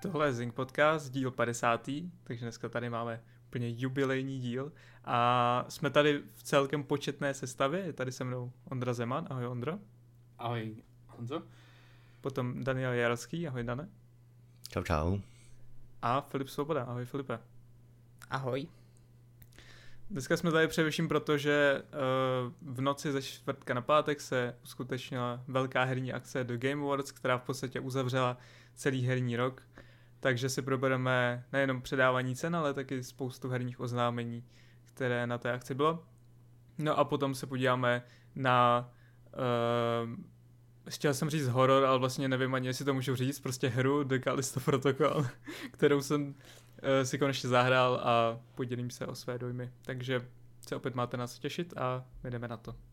Tohle je Zing Podcast, díl 50. Takže dneska tady máme úplně jubilejní díl a jsme tady v celkem početné sestavě. Je tady se mnou Ondra Zeman, ahoj Ondro. Ahoj Honzo. Potom Daniel Jarský, ahoj Dane. Čau, čau. A Filip Svoboda, ahoj Filipe. Ahoj. Dneska jsme tady především proto, že v noci ze čtvrtka na pátek se uskutečnila velká herní akce The Game Awards, která v podstatě uzavřela celý herní rok. Takže si probereme nejenom předávání cen, ale taky spoustu herních oznámení, které na té akci bylo. No a potom se podíváme na, chtěl jsem říct horor, ale vlastně nevím ani, jestli to můžu říct, prostě hru The Callisto Protocol, kterou jsem si konečně zahrál a podělím se o své dojmy. Takže se opět máte na co těšit a my jdeme na to.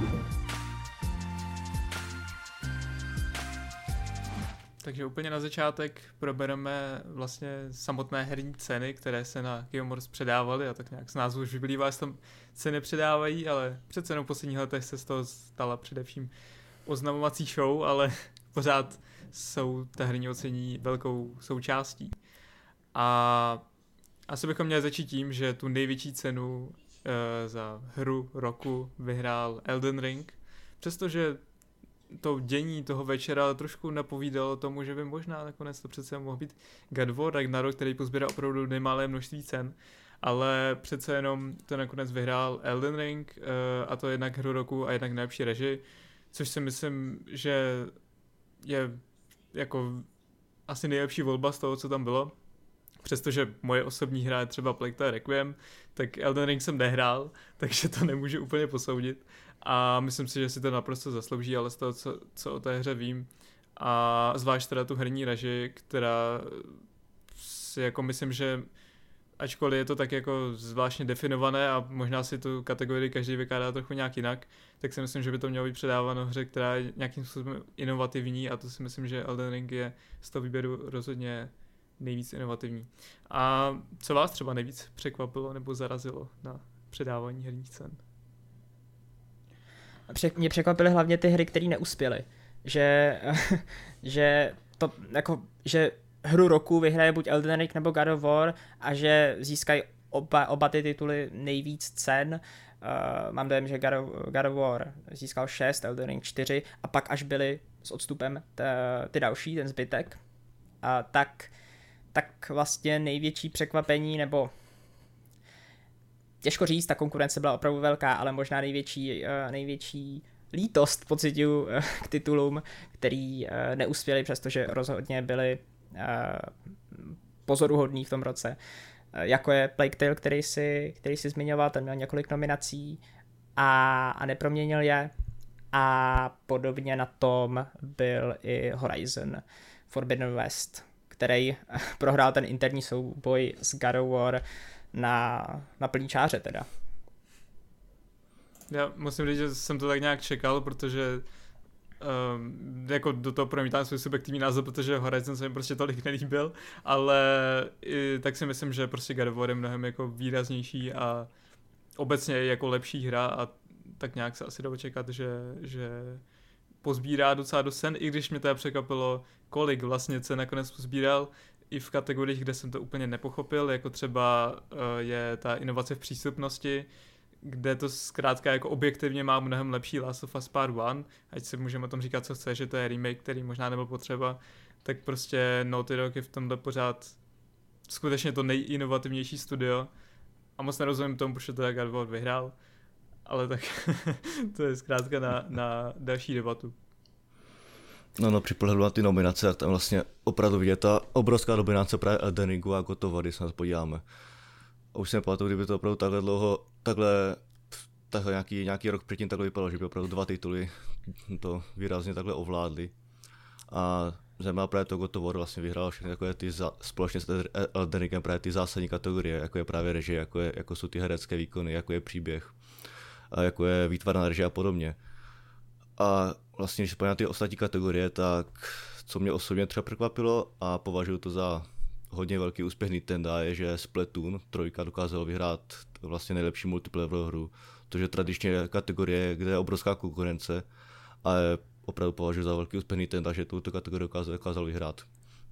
Takže úplně na začátek probereme vlastně samotné herní ceny, které se na Game Awards předávaly a tak nějak z názvu už vyplývá, že tam ceny předávají, ale přece jenom v posledních letech se z toho stala především oznamovací show, ale pořád jsou ta herní ocenění velkou součástí. A asi bychom měli začít tím, že tu největší cenu za hru roku vyhrál Elden Ring, přestože to dění toho večera trošku napovídalo tomu, že by možná nakonec to přece mohl být God of War Ragnarok, který pozbíral opravdu nemalé množství cen, ale přece jenom to nakonec vyhrál Elden Ring, a to jednak hru roku a jednak nejlepší režii, což si myslím, že je jako asi nejlepší volba z toho, co tam bylo. Přestože moje osobní hra je třeba Plague Tale Requiem, tak Elden Ring jsem nehrál, takže to nemůžu úplně posoudit. A myslím si, že si to naprosto zaslouží, ale z toho, co o té hře vím, a zvlášť teda tu herní režii, která si jako myslím, že ačkoliv je to tak jako zvláštně definované a možná si tu kategorii každý vykládá trochu nějak jinak, tak si myslím, že by to mělo být předáváno hře, která je nějakým způsobem inovativní, a to si myslím, že Elden Ring je z toho výběru rozhodně nejvíc inovativní. A co vás třeba nejvíc překvapilo nebo zarazilo na předávání herních cen? Mě překvapily hlavně ty hry, které neuspěly. Že hru roku vyhraje buď Elden Ring nebo God of War a že získají oba ty tituly nejvíc cen. Mám dojem, že God of War získal 6, Elden Ring 4 a pak až byly s odstupem ty další, ten zbytek. Tak vlastně největší překvapení, nebo těžko říct, ta konkurence byla opravdu velká, ale možná největší lítost pociťuju k titulům, který neuspěli, přestože rozhodně byli pozoruhodný v tom roce. Jako je Plague Tale, který si zmiňoval, ten měl několik nominací a neproměnil je. A podobně na tom byl i Horizon Forbidden West, který prohrál ten interní souboj s God of War na plný čáře teda. Já musím říct, že jsem to tak nějak čekal, protože jako do toho promítám svůj subjektivní názor, protože Horizon se mi prostě tolik nelíbil, ale tak si myslím, že prostě God of War je mnohem jako výraznější a obecně jako lepší hra a tak nějak se asi dalo čekat, že pozbírá docela dost cen, i když mě teda překvapilo, kolik vlastně cen nakonec pozbíral, i v kategoriích, kde jsem to úplně nepochopil, jako třeba je ta inovace v přístupnosti, kde to zkrátka jako objektivně má mnohem lepší Last of Us Part 1, ať si můžeme o tom říkat, co chce, že to je remake, který možná nebyl potřeba, tak prostě Naughty Dog je v tomhle pořád skutečně to nejinovativnější studio a moc nerozumím tomu, proč to God of War vyhrál, ale tak to je zkrátka na další debatu. No, při pohledu na ty nominace, tak tam vlastně opravdu vidět ta obrovská dominace právě Elden Ringu a God of War, když se na to podíváme. A už si nepamatuju, kdyby to opravdu takhle dlouho, takhle nějaký rok předtím takhle vypadalo, že by opravdu 2 tituly to výrazně takhle ovládly. A zejména právě to God of War vlastně vyhrál všechny takové ty společně s Elden Ringem právě ty zásadní kategorie, jako je právě režie, jako jsou ty herecké výkony, jako je příběh, a jako je výtvarná režie a podobně. A vlastně, když se na ty ostatní kategorie, tak co mě osobně třeba překvapilo a považuji to za hodně velký úspěch Nintendo, je, že Splatoon 3 dokázal vyhrát vlastně nejlepší multiplayerovou hru, což je tradičně kategorie, kde je obrovská konkurence, ale opravdu považuji za velký úspěch Nintendo, že tuto kategorii dokázal vyhrát.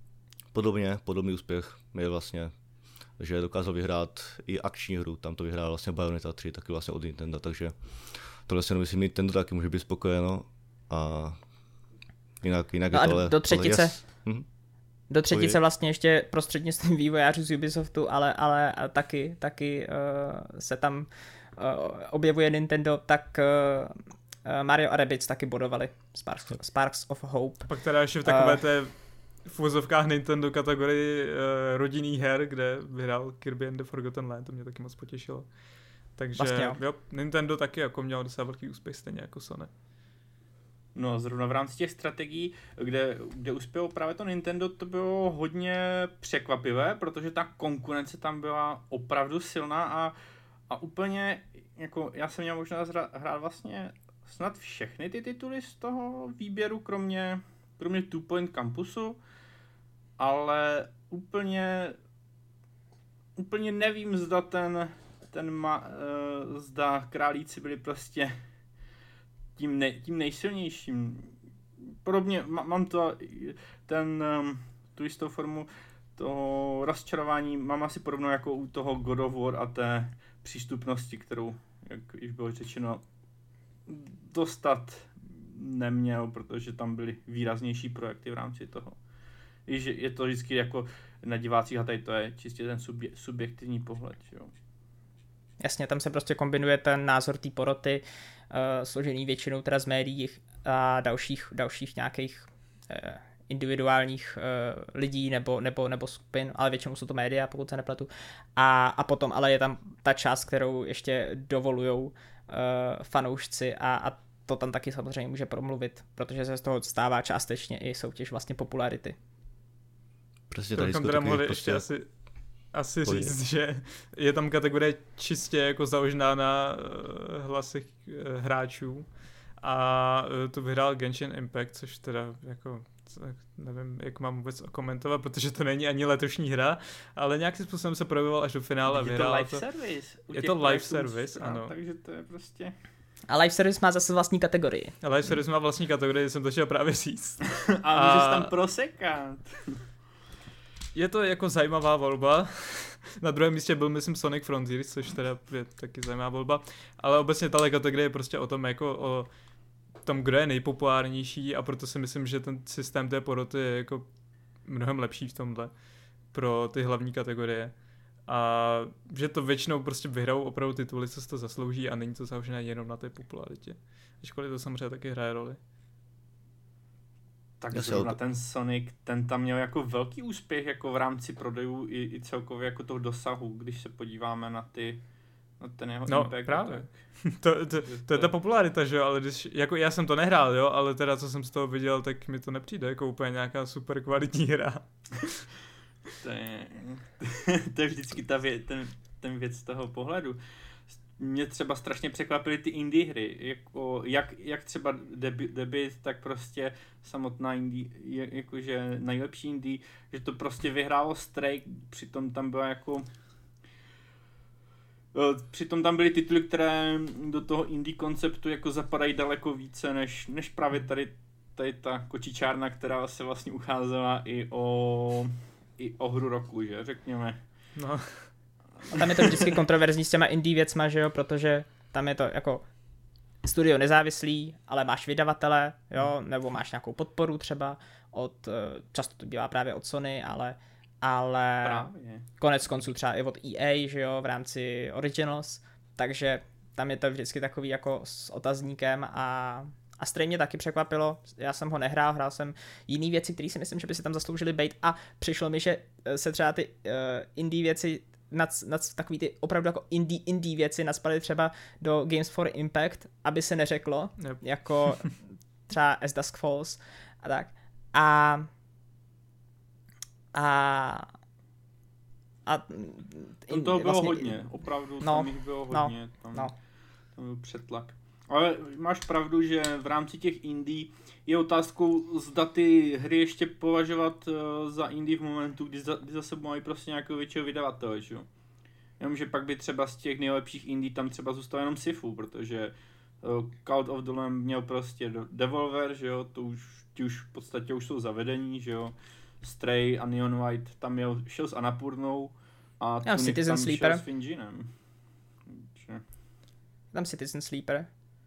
podobný úspěch je vlastně, že dokázal vyhrát i akční hru, tam to vyhrál vlastně Bayonetta 3, taky vlastně od Nintendo, takže tohle si myslím, Nintendo taky může být spokojeno a jinak no je to ale... Do třetice, yes. do třetice vlastně ještě prostřednictvím vývojářů z Ubisoftu, ale taky se tam objevuje Nintendo, tak Mario a Rabbids taky bodovali Sparks of Hope. Pak teda ještě v takové té v uvozovkách Nintendo kategorii rodinných her, kde vyhrál Kirby and the Forgotten Land, to mě taky moc potěšilo. Takže vlastně jo, Nintendo taky jako měl docela velký úspěch, stejně jako Sony. No zrovna v rámci těch strategií, kde uspělo právě to Nintendo, to bylo hodně překvapivé, protože ta konkurence tam byla opravdu silná a úplně, jako já jsem měl možnost hrát vlastně snad všechny ty tituly z toho výběru, kromě Two Point Campusu, ale úplně nevím, zda zda králíci byli prostě tím nejsilnějším. Podobně mám tu jistou formu toho rozčarování, mám asi podobnou jako u toho God of War a té přístupnosti, kterou, jak již bylo řečeno, dostat neměl, protože tam byly výraznější projekty v rámci toho. Je to vždycky jako na divácích a tady to je čistě ten subjektivní pohled. Jo. Jasně, tam se prostě kombinuje ten názor té poroty, složený většinou teda z médií a dalších nějakých individuálních lidí nebo skupin, ale většinou jsou to média, pokud se nepletu. A potom ale je tam ta část, kterou ještě dovolujou fanoušci a to tam taky samozřejmě může promluvit, protože se z toho stává částečně i soutěž vlastně popularity. Prostě to bychom teda mohli ještě asi říct, že je tam kategorie čistě jako založená na hlasech hráčů a to vyhrál Genshin Impact, což teda jako nevím, jak mám vůbec komentovat, protože to není ani letošní hra, ale nějakým způsobem se projevoval až do finále a vyhrál. Je to live service. Je to live service, ano. Takže to je prostě... A live service má zase vlastní kategorii. A live service má vlastní kategorii, jsem to chtěl právě říct. A můžeš tam prosekat. Je to jako zajímavá volba. Na druhém místě byl, myslím, Sonic Frontiers, což teda je taky zajímavá volba. Ale obecně tahle kategorie je prostě o tom, jako o tom, kdo je nejpopulárnější a proto si myslím, že ten systém té poroty je jako mnohem lepší v tomhle pro ty hlavní kategorie. A že to většinou prostě vyhrajou opravdu tituly, co si to zaslouží a není to založené jenom na té popularitě. Ačkoliv to samozřejmě taky hraje roli. Tak zrovna ten Sonic, ten tam měl jako velký úspěch jako v rámci prodejů i celkově jako toho dosahu, když se podíváme na ten jeho impact. Právě. To je ta popularita, že jo, ale když, jako já jsem to nehrál, jo, ale teda co jsem z toho viděl, tak mi to nepřijde jako úplně nějaká super kvalitní hra. To je vždycky ten věc z toho pohledu. Mě třeba strašně překvapily ty indie hry, jako jak třeba debut, tak prostě samotná indie, jakože nejlepší indie, že to prostě vyhrálo Stray, přitom tam byly tituly, které do toho indie konceptu jako zapadají daleko více, než právě tady ta kočičárna, která se vlastně ucházela i o hru roku, že řekněme. No. A tam je to vždycky kontroverzní s těma indie věcma, že jo, protože tam je to jako studio nezávislý, ale máš vydavatele, jo, nebo máš nějakou podporu třeba často to dělá právě od Sony, ale právě. Konec konců třeba i od EA, že jo, v rámci Originals, takže tam je to vždycky takový jako s otazníkem a Stray mě taky překvapilo, já jsem ho nehrál, hrál jsem jiný věci, které si myslím, že by si tam zasloužili být a přišlo mi, že se třeba ty indie věci nad takový ty opravdu jako indie věci naspaly třeba do Games for Impact, aby se neřeklo, jako třeba As Dusk Falls a tak. Tam toho bylo hodně, opravdu tam jich bylo hodně, tam byl přetlak. Ale máš pravdu, že v rámci těch indie je otázkou, zda ty hry ještě považovat za indie v momentu, kdy za sebou mají prostě nějakého většího vydavatele, že jo. Jenomže pak by třeba z těch nejlepších indie tam třeba zůstal jenom Sifu, protože Cult of the Lamb měl prostě Devolver, že jo, ti už v podstatě už jsou zavedení, že jo. Stray a Neon White tam šel s Annapurnou a Tunic Citizen tam Sleeper. šel s Finginem. Tam Citizen Sleeper.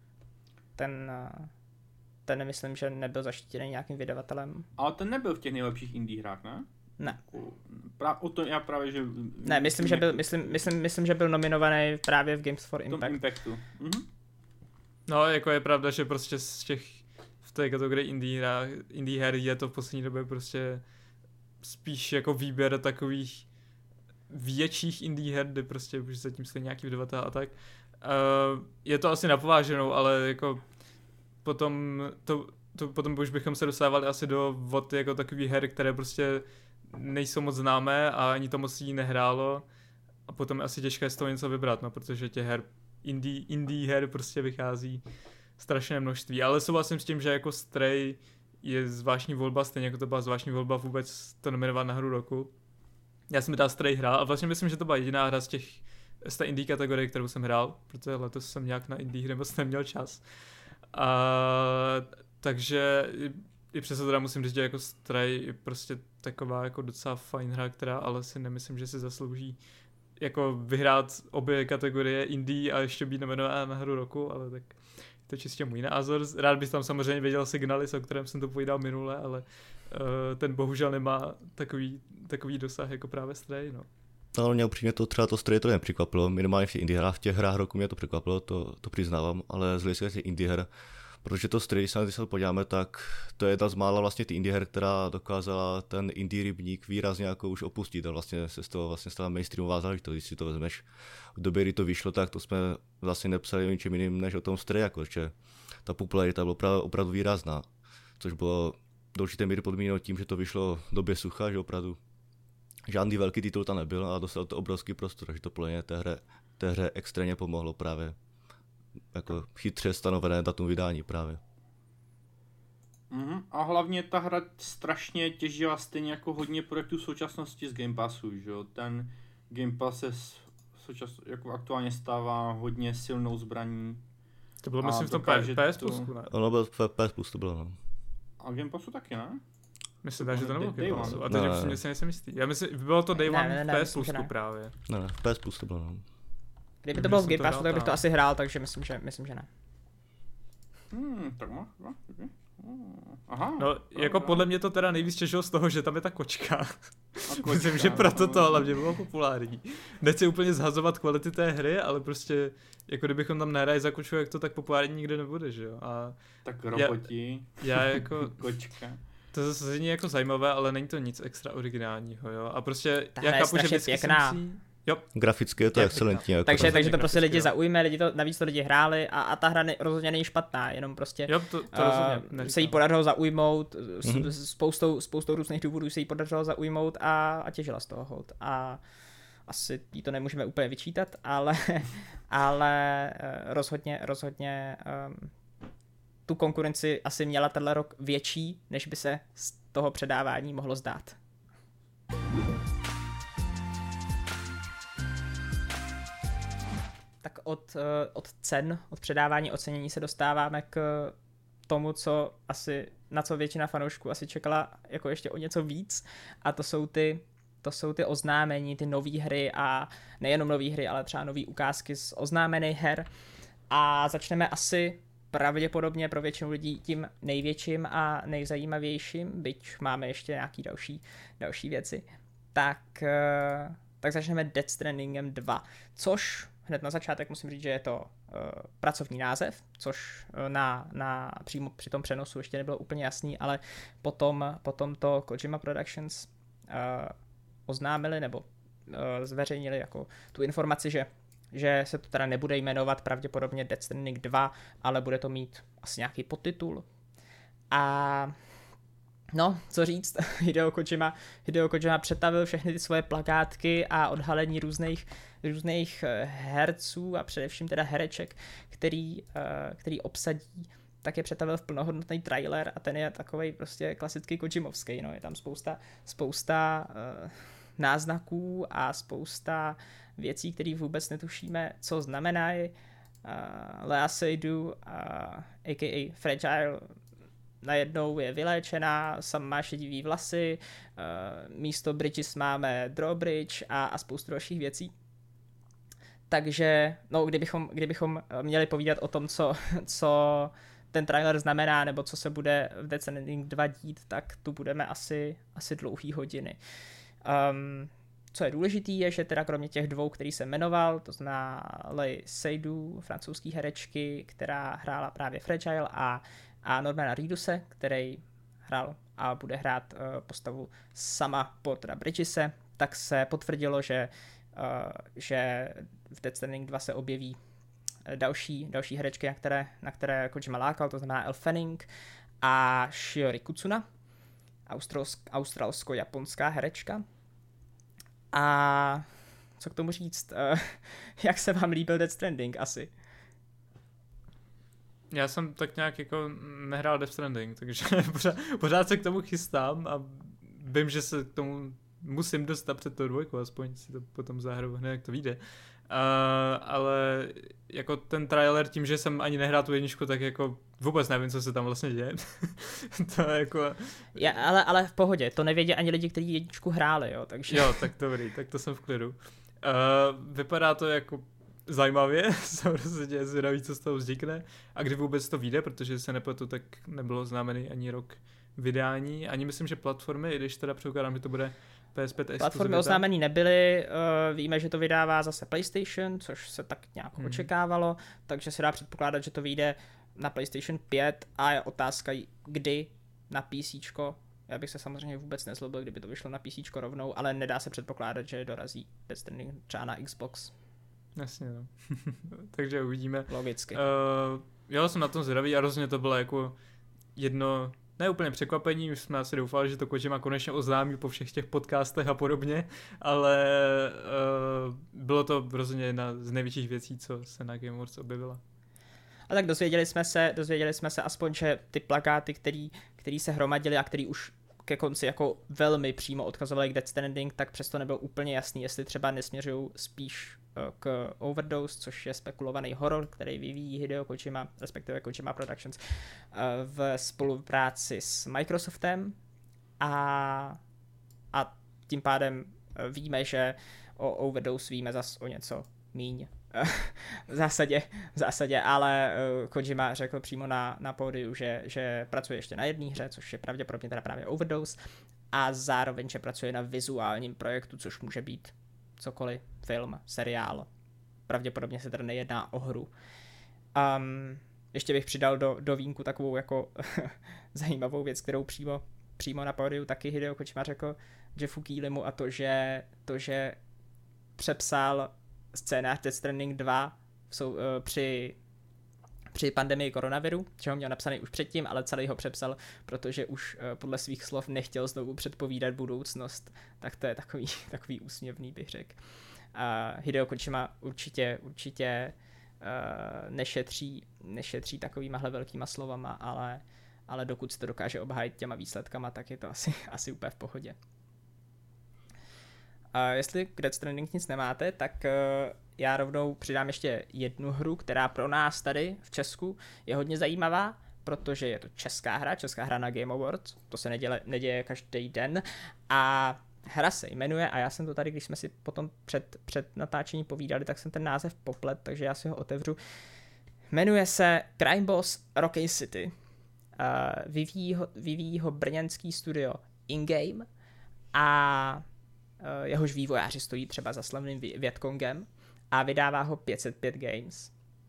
Ten myslím, že nebyl zaštítěný nějakým vydavatelem. Ale ten nebyl v těch nejlepších indie hrách, ne? Ne. O to já právě, že... Ne, myslím, že byl nominovaný právě v Games for V tom Impact. Impactu. No, jako je pravda, že prostě v té kategorii indie her je to v poslední době prostě spíš jako výběr takových větších indie her, kde prostě už zatím stojí nějaký vydavatel a tak. Je to asi napováženou, ale jako potom potom už bychom se dostávali asi do vod jako takových her, které prostě nejsou moc známé a ani to moc jí nehrálo a potom je asi těžké z toho něco vybrat, no, protože těch her indie her prostě vychází strašné množství, ale souhlasím s tím, že jako Stray je zvláštní volba, stejně jako to byla zvláštní volba vůbec to nominovat na hru roku. Já jsem teda Stray hrál a vlastně myslím, že to byla jediná hra z té indie kategorie, kterou jsem hrál, protože letos jsem nějak na indie hry moc neměl čas. Takže i přesto teda musím říct, že jako Stray je prostě taková jako docela fajn hra, která ale si nemyslím, že si zaslouží jako vyhrát obě kategorie indie a ještě být nominovaná na hru roku, ale tak to je čistě můj názor. Rád bych tam samozřejmě věděl Signalis, o kterém jsem to povídal minule, ale ten bohužel nemá takový dosah jako právě Stray, no. No, ale mě upřímně to Stray to nepřekvapilo, minimálně v těch indie hrách, v těch hrách roku mě to překvapilo, to přiznávám, ale z hlediska těch indie her, protože to Stray, když se podíváme, tak to je jedna z mála vlastně ty indie her, která dokázala ten indie rybník výrazně jako už opustit a vlastně se z toho vlastně stala mainstreamová záležitost, když si to vezmeš. V době, kdy to vyšlo, tak to jsme vlastně nepsali o ničem jiným než o tom Stray, jako, že ta popularita byla opravdu výrazná, což bylo do určité míry podmíněno tím, že to vyšlo v době sucha, že opravdu žádný velký titul tam nebyl a dostal to obrovský prostor, takže to podle mě té hře extrémně pomohlo právě jako chytře stanovené datum vydání právě. A hlavně ta hra strašně těžila stejně jako hodně projektů v současnosti z Game Passu, že jo? Ten Game Pass se jako aktuálně stává hodně silnou zbraní. To bylo myslím v tom PS Plusku, ne? Ono bylo v PS Plus, to bylo, no. A Game Passu taky, ne? Myslím, že to nebylo Day Game Passu. One. A teď upřímně si nejsem jistý. Já myslím, bylo to Day One v PS Plusku právě. Ne, v PS Plus to bylo, no. Kdyby to bylo v Game Passu, tak bych to asi hrál, takže myslím, že ne. Tak má. Aha. No, jako podle mě to teda nejvíc těžilo z toho, že tam je ta kočka. Myslím, že proto to hlavně bylo populární. Nechci úplně zhazovat kvality té hry, ale prostě, jako kdybychom tam nehráli za kočku, jak to tak populární nikdy nebude, že jo? Tak roboti. Já jako... Kočka. To je zase jako zajímavé, ale není to nic extra originálního, jo? A prostě, ta já chápu, že pěkná. Jo. Graficky je to excelentní. Jako takže to prostě lidi zaujme, navíc to lidi hráli a ta hra rozhodně není špatná, jenom prostě jo, to rozhodně se jí podařilo zaujmout, spoustou různých důvodů se jí podařilo zaujmout a těžila z toho hold. A asi jí to nemůžeme úplně vyčítat, ale rozhodně tu konkurenci asi měla tenhle rok větší, než by se z toho předávání mohlo zdát. Tak od cen, od předávání ocenění se dostáváme k tomu, na co většina fanoušků asi čekala jako ještě o něco víc, a to jsou ty oznámení, ty nové hry a nejenom nové hry, ale třeba nové ukázky z oznámených her. A začneme asi pravděpodobně pro většinu lidí tím největším a nejzajímavějším, byť máme ještě nějaký další věci. Tak začneme Death Strandingem 2, což hned na začátek musím říct, že je to pracovní název, což přímo při tom přenosu ještě nebylo úplně jasný, ale potom to Kojima Productions oznámili nebo zveřejnili jako tu informaci, že se to teda nebude jmenovat pravděpodobně Death Stranding 2, ale bude to mít asi nějaký podtitul. A no, co říct, Hideo Kojima přetavil všechny ty svoje plakátky a odhalení různých herců a především teda hereček, který obsadí, tak je přetavil v plnohodnotný trailer a ten je takovej prostě klasický Kojimovský, no, je tam spousta náznaků a spousta věcí, které vůbec netušíme, co znamenají. Lea Seydoux, a.k.a. Fragile, najednou je vyléčená, sam má šedivý vlasy, místo Bridges máme drawbridge a spoustu dalších věcí. Takže, no, kdybychom měli povídat o tom, co ten trailer znamená, nebo co se bude v Death Stranding 2 dít, tak tu budeme asi dlouhý hodiny. Co je důležitý, je, že teda kromě těch dvou, který jsem jmenoval, to znamená Lee Seydoux, francouzský herečky, která hrála právě Fragile, a Normana Reeduse, který hrál a bude hrát postavu sama Portera Bridgese, tak se potvrdilo, že v Death Stranding 2 se objeví další herečky, na které Kojima lákal, to znamená Elle Fanning a Shiori Kutsuna, australsko-japonská herečka. A co k tomu říct? Jak se vám líbil Death Stranding asi? Já jsem tak nějak jako nehrál Death Stranding, takže pořád se k tomu chystám a vím, že se k tomu musím dostat před tou dvojkou, aspoň si to potom zahraju hned, jak to vyjde. Ale jako ten trailer, tím, že jsem ani nehrál tu jedničku, tak jako vůbec nevím, co se tam vlastně děje. To je jako... Ale v pohodě, to nevědí ani lidi, kteří jedničku hráli, jo, takže... Jo, tak dobrý, tak to jsem v klidu. Vypadá to jako zajímavě, jsem prostě zvědavý, co z toho vznikne a kdy vůbec to vyjde, protože se nepletu, tak nebylo známený ani rok vydání, ani myslím, že platformy, i když teda předpokládám, že to bude PS5 exkluzivita. Platformy oznámený nebyly, víme, že to vydává zase PlayStation, což se tak nějak očekávalo, takže se dá předpokládat, že to vyjde na PlayStation 5 a je otázka, kdy na PCčko. Já bych se samozřejmě vůbec nezlobil, kdyby to vyšlo na PCčko rovnou, ale nedá se předpokládat, že dorazí Death Stranding třeba na Xbox. Jasně, no. Takže uvidíme. Logicky. Já jsem na tom zvědavý a rozhodně to bylo jako jedno, ne úplně překvapení, už jsme asi doufali, že to Kojima konečně oznámí po všech těch podcastech a podobně, ale bylo to rozhodně jedna z největších věcí, co se na Game Awards objevila. A tak dozvěděli jsme se aspoň, že ty plakáty, který se hromadily a který už ke konci jako velmi přímo odkazovali k Death Stranding, tak přesto nebylo úplně jasný, jestli třeba nesměřují spíš k Overdose, což je spekulovaný horor, který vyvíjí Hideo Kojima, respektive Kojima Productions, v spolupráci s Microsoftem a tím pádem víme, že o Overdose víme zas o něco míň. v zásadě, ale Kojima řekl přímo na pódiu, že pracuje ještě na jedné hře, což je pravděpodobně teda právě Overdose, a zároveň, že pracuje na vizuálním projektu, což může být cokoliv, film, seriál. Pravděpodobně se teda nejedná o hru. Ještě bych přidal do vínku takovou jako zajímavou věc, kterou přímo na pódiu taky Hideo Kojima řekl Jeffu Keighleymu, a to, že přepsal scénář Death Stranding 2 při pandemii koronaviru, že ho měl napsaný už předtím, ale celý ho přepsal, protože už podle svých slov nechtěl znovu předpovídat budoucnost. Tak to je takový úsměvný, bych řekl. Hideo Kojima určitě nešetří takovýmahle velkýma slovama, ale dokud se to dokáže obhájit těma výsledkama, tak je to asi úplně v pohodě. Jestli k Death Stranding nic nemáte, tak já rovnou přidám ještě jednu hru, která pro nás tady v Česku je hodně zajímavá, protože je to česká hra na Game Awards, to se neděje každý den, a hra se jmenuje, a já jsem to tady, když jsme si potom před natáčením povídali, tak jsem ten název poplet, takže já si ho otevřu. Jmenuje se Crime Boss Rocky City. Vyvíjí ho brněnský studio InGame a jehož vývojáři stojí třeba za slavným Vietkongem a vydává ho 505 Games.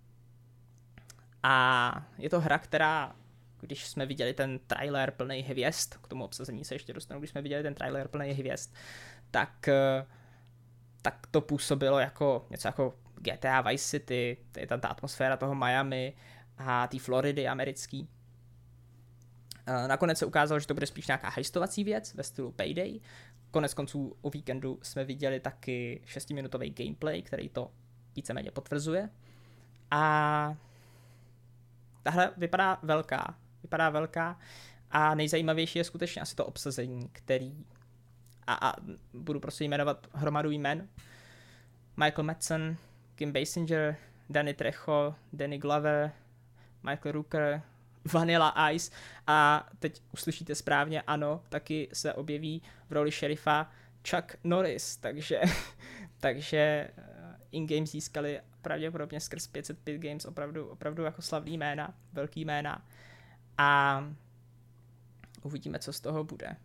A je to hra, která, když jsme viděli ten trailer plný hvězd, k tomu obsazení se ještě dostanu, když jsme viděli ten trailer plný hvězd, tak to působilo jako něco jako GTA Vice City, to je ta atmosféra toho Miami a té Floridy americký. Nakonec se ukázalo, že to bude spíš nějaká heistovací věc ve stylu Payday. Konec konců o víkendu jsme viděli taky 6-minutový gameplay, který to víceméně potvrzuje. A tahle vypadá velká a nejzajímavější je skutečně asi to obsazení, který a budu prostě jmenovat hromadu jmen. Michael Madsen, Kim Basinger, Danny Trejo, Danny Glover, Michael Rooker, Vanilla Ice a teď uslyšíte správně, ano, taky se objeví v roli šerifa Chuck Norris, takže in-game získali pravděpodobně skrz 505 Games opravdu jako slavný jména, velký jména a uvidíme, co z toho bude.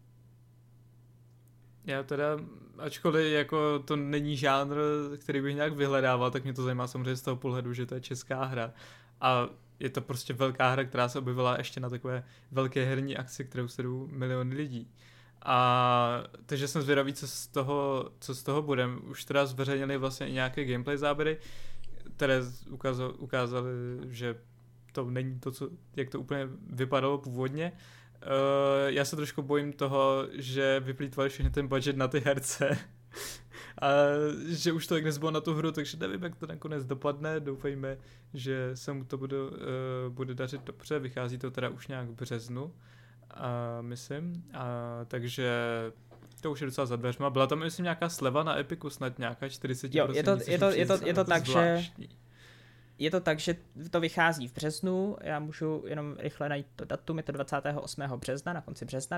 Já teda, ačkoliv jako to není žánr, který bych nějak vyhledával, tak mě to zajímá samozřejmě z toho pohledu, že to je česká hra a je to prostě velká hra, která se objevila ještě na takové velké herní akci, kterou sledují miliony lidí. A takže jsem zvědavý, co z toho bude. Už teda zveřejnili vlastně i nějaké gameplay záběry, které ukázaly, že to není to, jak to úplně vypadalo původně. Já se trošku bojím toho, že vyplýtvali všechny ten budget na ty herce a že už to jak nezbylo na tu hru, takže nevím, jak to nakonec dopadne. Doufejme, že se mu to bude dařit dobře. Vychází to teda už nějak v březnu, myslím. Takže to už je docela za dveřma. Byla tam myslím nějaká sleva na Epiku, snad nějaká 40%. Jo, je to tak, že je to tak, že to vychází v březnu, já můžu jenom rychle najít to datum, je to 28. března, na konci března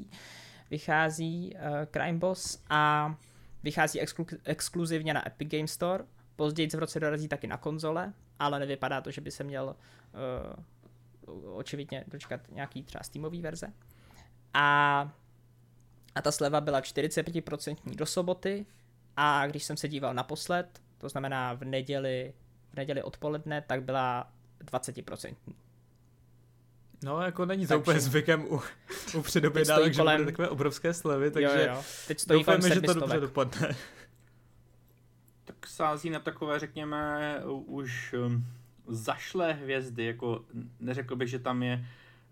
vychází Crime Boss a vychází exkluzivně na Epic Game Store, později v roce dorazí taky na konzole, ale nevypadá to, že by se měl očividně dočkat nějaký třeba Steamový verze. A ta sleva byla 45% do soboty a když jsem se díval naposled, to znamená v neděli odpoledne, tak byla 20%. No, jako není to úplně zvykem u předobědávek, že bude takové obrovské slevy, takže teď stojí doufáme, že to dobře dopadne. Tak sází na takové, řekněme, už zašlé hvězdy, jako neřekl bych, že tam je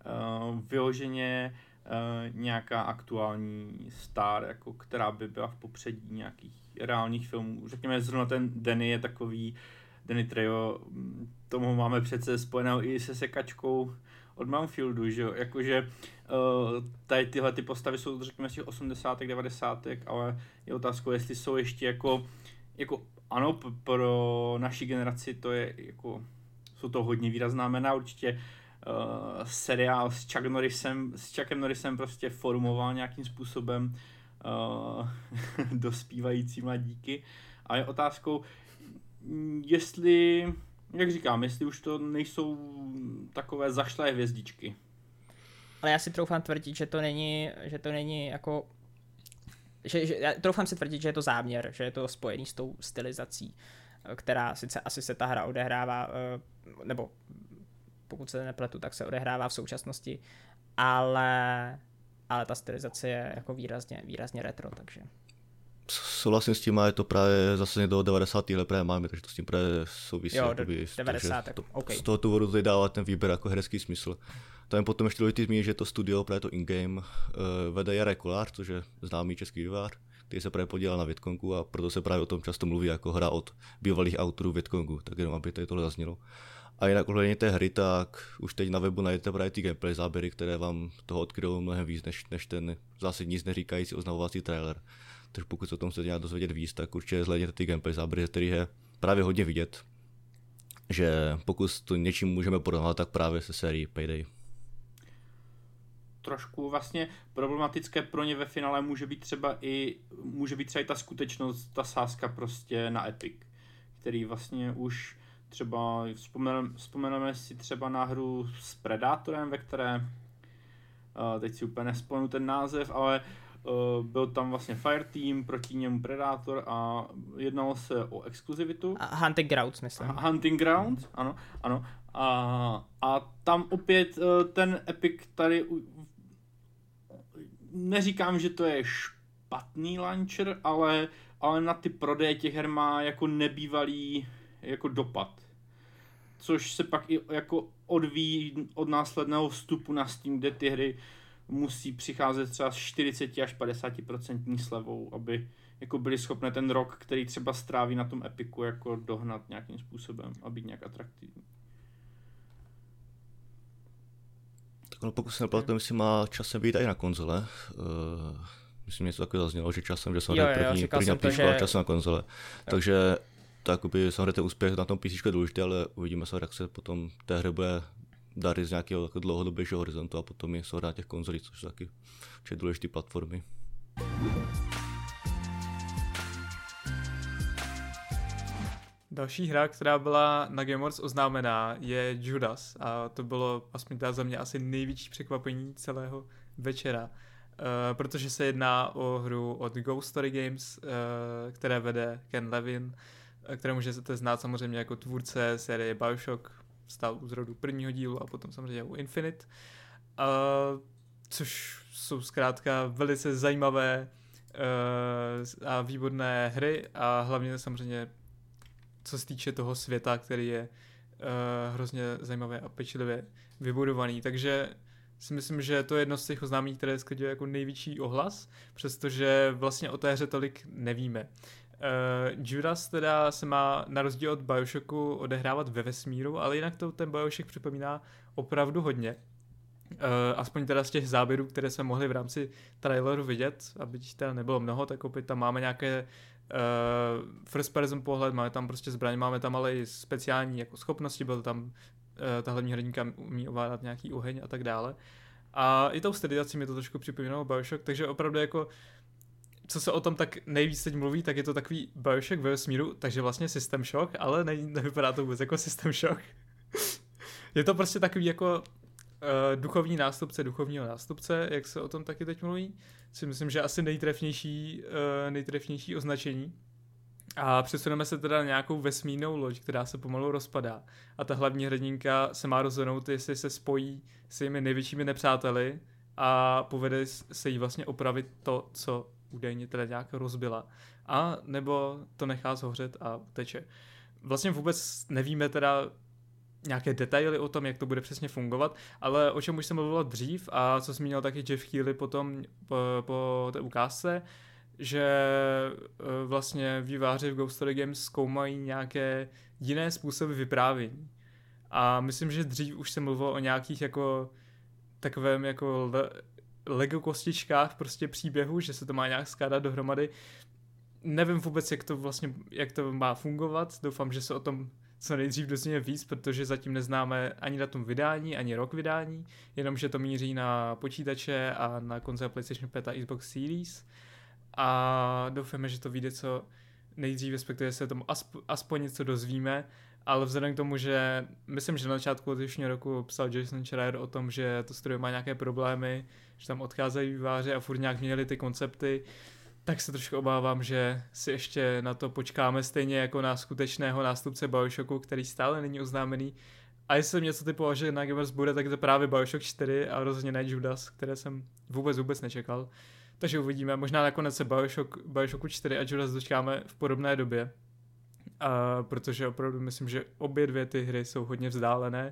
vyloženě nějaká aktuální star, jako která by byla v popředí nějakých reálných filmů. Řekněme, zrovna ten Danny je takový, Danny Trejo, tomu máme přece spojenou i se sekačkou od Mountfieldu, že jo, jakože tady tyhle ty postavy jsou, řekněme, z těch 80. 90. ale je otázkou, jestli jsou ještě jako ano, pro naši generaci to je jako, jsou to hodně výrazná jména, určitě seriál s Chuckem Norrisem prostě formoval nějakým způsobem dospívající mladíky a je otázkou, jestli, jak říkám, jestli už to nejsou takové zašlé hvězdičky. Ale já si troufám tvrdit, že to není jako já troufám si tvrdit, že je to záměr, že je to spojený s tou stylizací, která sice asi se ta hra odehrává, nebo pokud se nepletu, tak se odehrává v současnosti, ale ta stylizace je jako výrazně retro, takže. Souhlasím s tím, a je to právě zase do 90. let právě máme, takže to s tím právě souvisí. Jo, do 90. Okay. Z toho důvodu tady dává ten výběr jako herecký smysl. Tam potom ještě důležitý zmínit, že to studio, právě to in-game, vede Jarek Kolář, což je známý český vývojář, který se právě podílel na Vietcongu a proto se právě o tom často mluví jako hra od bývalých autorů Vietcongu, tak jenom aby tady tohle zaznělo. A jinak ohledně té hry, tak už teď na webu najdete právě ty gameplay záběry, které vám toho odkryjou mnohem víc, než ten zase nic neříkající oznamovací trailer. Takže pokud se o tom chcete nějak dozvědět víc, tak určitě zhlédněte ty gameplay záběry, který je právě hodně vidět, že pokud to něčím můžeme porovnat, tak právě se sérií Payday. Trošku vlastně problematické pro ně ve finále může být třeba i ta skutečnost, ta sázka prostě na Epic, který vlastně už třeba vzpomeneme si třeba na hru s Predátorem, ve které teď si úplně nespomenu ten název, ale byl tam vlastně Fireteam, proti němu Predator a jednalo se o exkluzivitu. Hunting Grounds, myslím. Hunting Grounds, ano. A tam opět ten Epic tady, neříkám, že to je špatný launcher, ale na ty prodeje těch her má jako nebývalý jako dopad. Což se pak i jako odvíjí od následného vstupu na Steam, kde ty hry musí přicházet třeba s 40 až 50% slevou, aby jako byli schopné ten rok, který třeba stráví na tom Epiku, jako dohnat nějakým způsobem a být nějak atraktivní. Tak ono, pokud se neplatí, myslím, má časem být i na konzole. Myslím, něco takového zaznělo, že časem, že jsem první píško a časem na konzole. Takže tak by samozřejmě ten úspěch na tom PC je důležitý, ale uvidíme se, jak se potom té hry bude dary z nějakého jako dlouhodobějšího horizontu a potom je jsou na těch konzolích, což jsou taky důležité platformy. Další hra, která byla na Game Awards oznámená, je Judas a to bylo aspoň za mě asi největší překvapení celého večera, protože se jedná o hru od Ghost Story Games, které vede Ken Levine, které můžete znát samozřejmě jako tvůrce série BioShock, stál u zrodu prvního dílu a potom samozřejmě u Infinite, což jsou zkrátka velice zajímavé a výborné hry a hlavně samozřejmě co se týče toho světa, který je hrozně zajímavě a pečlivě vybudovaný. Takže si myslím, že to je jedno z těch oznámení, které sklidilo jako největší ohlas, přestože vlastně o té hře tolik nevíme. Judas teda se má na rozdíl od BioShocku odehrávat ve vesmíru, ale jinak to ten BioShock připomíná opravdu hodně. Aspoň teda z těch záběrů, které jsme mohli v rámci traileru vidět, aby teda nebylo mnoho, tak opět tam máme nějaké first person pohled, máme tam prostě zbraně, máme tam ale i speciální jako schopnosti, byl tam ta hlavní hrdinka umí ovládat nějaký oheň a tak dále. A i tou stylizací mi to trošku připomínalo BioShock, takže opravdu jako co se o tom tak nejvíc teď mluví, tak je to takový BioShock ve vesmíru, takže vlastně System Shock, ale nevypadá to vůbec jako System Shock. Je to prostě takový jako duchovní nástupce duchovního nástupce, jak se o tom taky teď mluví, si myslím, že asi nejtrefnější označení. A přesuneme se teda na nějakou vesmírnou loď, která se pomalu rozpadá. A ta hlavní hrdinka se má rozhodnout, jestli se spojí s jejími největšími nepřáteli a povede se jí vlastně opravit to, co údajně teda nějak rozbila. A nebo to nechá zhořet a teče. Vlastně vůbec nevíme teda nějaké detaily o tom, jak to bude přesně fungovat, ale o čem už jsem mluvil dřív a co zmínil taky Jeff Keighley potom po té ukázce, že vlastně vývojáři v Ghost Story Games zkoumají nějaké jiné způsoby vyprávění. A myslím, že dřív už jsem mluvil o nějakých jako takovém jako Lego kostičkách prostě příběhu, že se to má nějak skládat dohromady. Nevím vůbec, jak to má fungovat, doufám, že se o tom co nejdřív dozvíme víc, protože zatím neznáme ani datum vydání, ani rok vydání, jenom že to míří na počítače a na konzole PlayStation 5 a Xbox Series a doufáme, že to vyjde co nejdřív, respektive se tomu aspoň něco dozvíme, ale vzhledem k tomu, že myslím, že na začátku letošního roku psal Jason Schreier o tom, že to studio má nějaké problémy, že tam odcházejí vývojáři a furt nějak měnili ty koncepty, tak se trošku obávám, že si ještě na to počkáme stejně jako na skutečného nástupce BioShocku, který stále není oznámený. A jestli jsem něco typu, že na Gamers bude, tak je to právě BioShock 4 a rozhodně ne Judas, které jsem vůbec nečekal. Takže uvidíme, možná nakonec se BioShocku 4 a Judas dočkáme v podobné době. Protože opravdu myslím, že obě dvě ty hry jsou hodně vzdálené.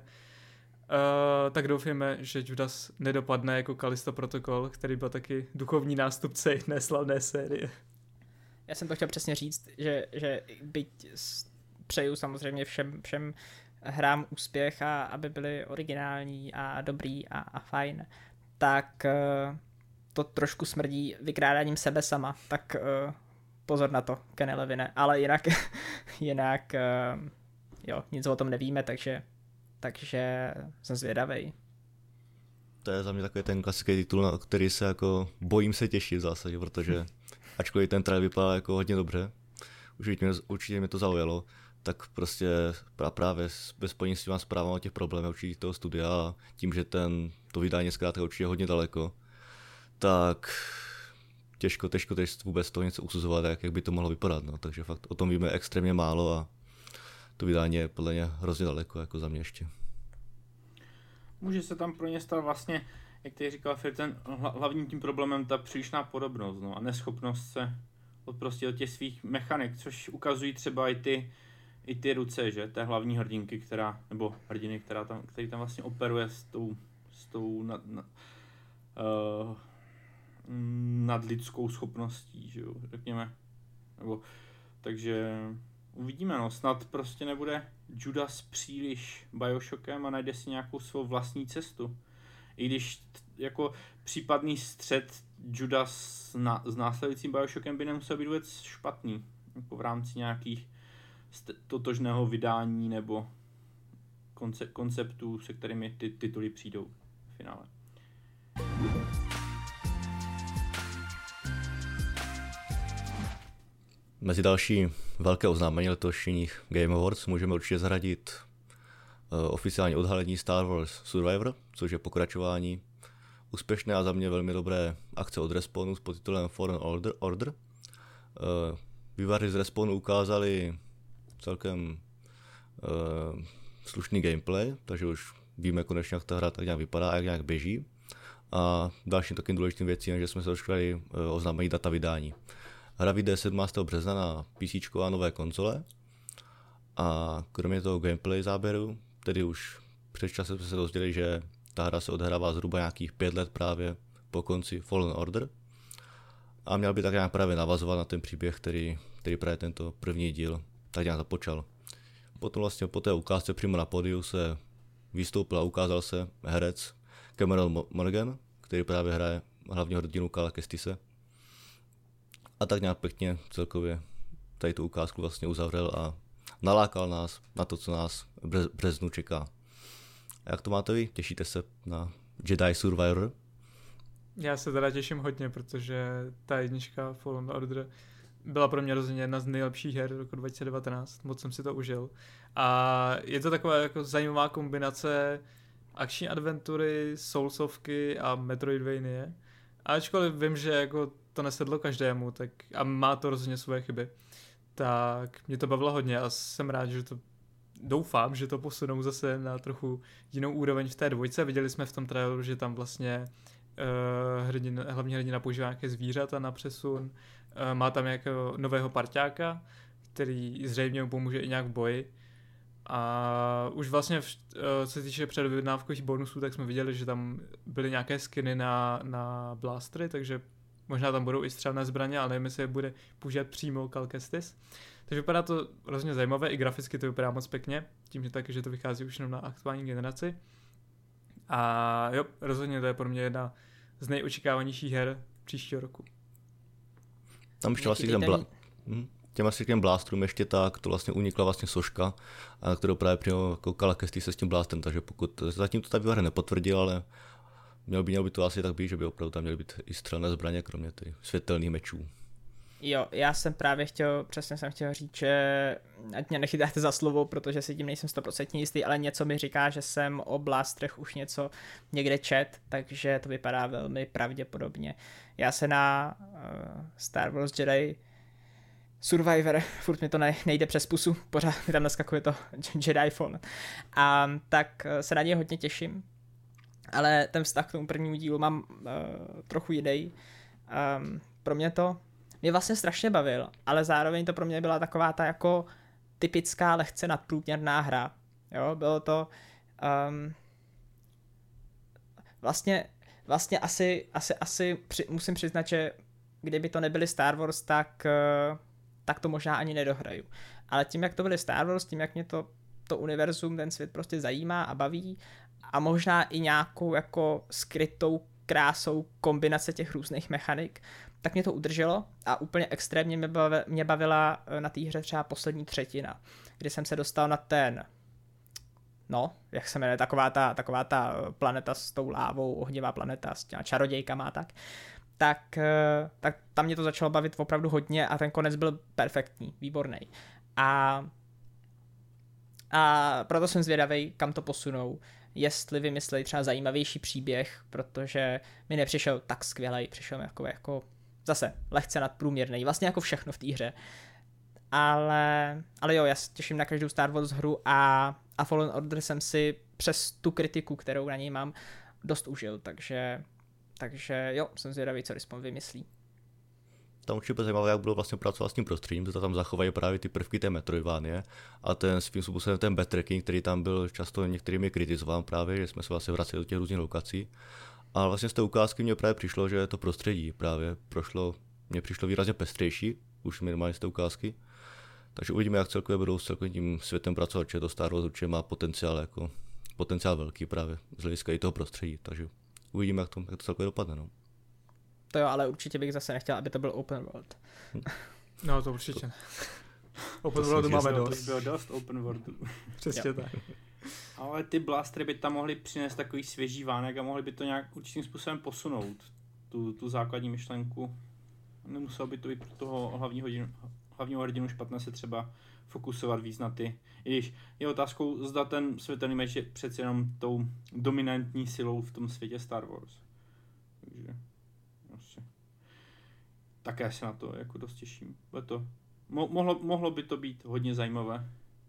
Tak doufáme, že Judas nedopadne jako Callisto Protocol, který byl taky duchovní nástupce jedné slavné série. Já jsem to chtěl přesně říct, že byť přeju samozřejmě všem hrám úspěch a aby byly originální a dobrý a fajn, tak to trošku smrdí vykrádáním sebe sama, tak pozor na to, Ken Levine, ale jinak jo, nic o tom nevíme, takže jsem zvědavej. To je za mě takový ten klasický titul, na který se jako bojím se těšit v zásadě, protože ačkoliv ten trailer vypadá jako hodně dobře, určitě mě to zaujalo, tak prostě právě bez spojení s těma zprávama o těch problémech určitě toho studia a tím, že to vydání je zkrátka určitě hodně daleko, tak těžko vůbec toho něco usuzovat, jak by to mohlo vypadat, no. Takže fakt o tom víme extrémně málo a to vydání je podle mě hrozně daleko, jako za mě ještě. Může se tam pro ně stát vlastně, jak ty říkal Filip, ten hlavním tím problémem ta přílišná podobnost, no, a neschopnost se odprostit od těch svých mechanik, což ukazují třeba i ty ruce, že, té hlavní hrdinky, nebo hrdiny, který tam vlastně operuje s tou nadlidskou schopností, že jo, řekněme. Takže uvidíme, no, snad prostě nebude Judas příliš BioShockem a najde si nějakou svou vlastní cestu. I když jako případný střet Judas s následujícím BioShockem by nemusel být vůbec špatný. Jako v rámci nějakých totožného vydání nebo konceptů, se kterými ty tituly přijdou v finále. Mezi další velké oznámení letošních Game Awards můžeme určitě zařadit oficiální odhalení Star Wars Survivor, což je pokračování úspěšné a za mě velmi dobré akce od Respawnu s podtitulem Fallen Order. Vývojáři z Respawnu ukázali celkem slušný gameplay, takže už víme konečně, jak ta hra tak nějak vypadá a jak nějak běží. A dalším takým důležitým věcí je, že jsme se dočkali oznámení data vydání. Hra vyjde 17. března na PC a nové konzole. A kromě toho gameplay záběru, tedy už před časem jsme se dozvěděli, že ta hra se odehrává zhruba nějakých 5 let právě po konci Fallen Order. A měl by tak nějak právě navazovat na ten příběh, který právě tento první díl tak nějak započal. Potom vlastně po té ukázce přímo na pódiu se vystoupil a ukázal se herec Cameron Monaghan, který právě hraje hlavního hrdinu Kala Kestise. A tak nějak pěkně celkově tady tu ukázku vlastně uzavřel a nalákal nás na to, co nás v březnu čeká. A jak to máte vy? Těšíte se na Jedi Survivor? Já se teda těším hodně, protože ta jednička Fallen Order byla pro mě rozhodně jedna z nejlepších her roku 2019, moc jsem si to užil. A je to taková jako zajímavá kombinace akční adventury, Soulsovky a Metroidvanie. Ačkoliv vím, že jako to nesedlo každému, tak a má to rozhodně svoje chyby. Tak mě to bavilo hodně a jsem rád, že to doufám, že to posunou zase na trochu jinou úroveň v té dvojce. Viděli jsme v tom traileru, že tam vlastně hlavní hrdina používá nějaké zvířata na přesun. Má tam jako nového parťáka, který zřejmě mu pomůže i nějak v boji. A už vlastně, co se týče předobjednávkových bonusů, tak jsme viděli, že tam byly nějaké skiny na blastery, takže možná tam budou i střelné zbraně, ale nevím, jestli je bude používat přímo Cal Kestis. Takže vypadá to hrozně zajímavé, i graficky to vypadá moc pěkně, tím, že taky, že to vychází už jenom na aktuální generaci. A jo, rozhodně to je pro mě jedna z nejočekávanějších her příštího roku. Tam ještě vlastně k těm blástrům ještě tak, to vlastně unikla vlastně soška, na kterou právě přímo jako Cal Kestis se s tím blástrem, takže pokud zatím to ta vývojář nepotvrdil, ale měl by to asi tak být, že by opravdu tam měly být i střelné zbraně, kromě těch světelných mečů. Jo, já jsem právě chtěl říct, že ať mě nechytáte za slovo, protože si tím nejsem 100% jistý, ale něco mi říká, že jsem o blástrech už něco někde čet, takže to vypadá velmi pravděpodobně. Já se na Star Wars Jedi Survivor, furt mi to nejde přes pusu, pořád mi tam naskakuje to Jedi Fallen. A tak se na něj hodně těším, ale ten vztah k tomu prvnímu dílu mám trochu jiný. Pro mě vlastně strašně bavil, ale zároveň to pro mě byla taková ta jako typická lehce nadprůměrná hra. Jo, bylo to vlastně asi musím přiznat, že kdyby to nebyly Star Wars, tak to možná ani nedohraju. Ale tím, jak to byly Star Wars, tím, jak mě to univerzum, ten svět prostě zajímá a baví a možná i nějakou jako skrytou krásou kombinace těch různých mechanik, tak mě to udrželo a úplně extrémně mě bavila na té hře třeba poslední třetina, kdy jsem se dostal na jak se jmenuje, taková ta planeta s tou lávou, ohnivá planeta s těma čarodějkama tak tam mě to začalo bavit opravdu hodně a ten konec byl perfektní, výborný. A proto jsem zvědavý, kam to posunou, jestli vymysleli třeba zajímavější příběh, protože mi nepřišel tak skvělej, přišel mi jako zase lehce nadprůměrný, vlastně jako všechno v té hře. Ale jo, já se těším na každou Star Wars hru a Fallen Order jsem si přes tu kritiku, kterou na něj mám, dost užil, takže jo, jsem zvědavý, co Respawn vymyslí. Tam určitě zajímavé, jak budou vlastně pracovat s tím prostředím, to tam zachovají právě ty prvky té Metroidvanie a ten svým způsobem ten backtracking, který tam byl často některými kritizován právě, že jsme se vlastně vraceli do těch různých lokací. A vlastně z té ukázky mně právě přišlo, že to prostředí právě mně přišlo výrazně pestřejší, už minimálně z té ukázky. Takže uvidíme, jak celkově budou s celkovým tím světem pracovat, že to Star Wars určitě má potenciál velký právě z hlediska i toho prostředí, takže uvidíme, jak to celkově dopadne. No. To jo, ale určitě bych zase nechtěl, aby to byl open world. No to určitě. Open worldu máme dost. Bylo dost open worldu. Přesně tak. Ale ty blastery by tam mohly přinést takový svěží vánek a mohli by to nějak určitým způsobem posunout, tu základní myšlenku. Nemuselo by to být pro toho hlavního hrdinu špatné se třeba fokusovat víc na ty. I když je otázkou, zda ten světelný meč je přeci jenom tou dominantní silou v tom světě Star Wars. Takže asi. Také se na to jako dost těším. Mohlo by to být hodně zajímavé.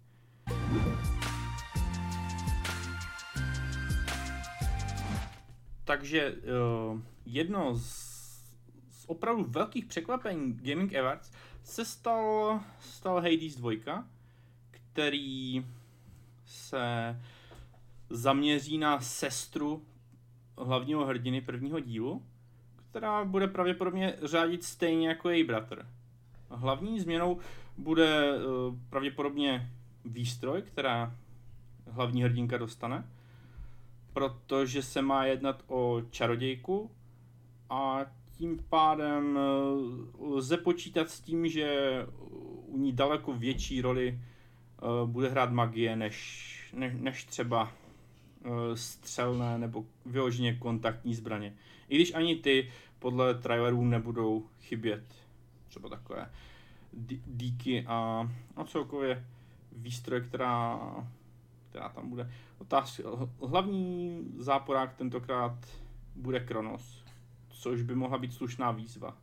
Takže jedno z opravdu velkých překvapení Gaming Awards se stal Hades 2, který se zaměří na sestru hlavního hrdiny prvního dílu, která bude pravděpodobně řádit stejně jako její bratr. Hlavní změnou bude pravděpodobně výstroj, která hlavní hrdinka dostane, protože se má jednat o čarodějku a tím pádem lze počítat s tím, že u ní daleko větší roli bude hrát magie než třeba střelné nebo vyloženě kontaktní zbraně. I když ani ty podle trailerů nebudou chybět. Třeba takové díky a celkově výstroj, která tam bude. Hlavní záporák tentokrát bude Kronos, což by mohla být slušná výzva.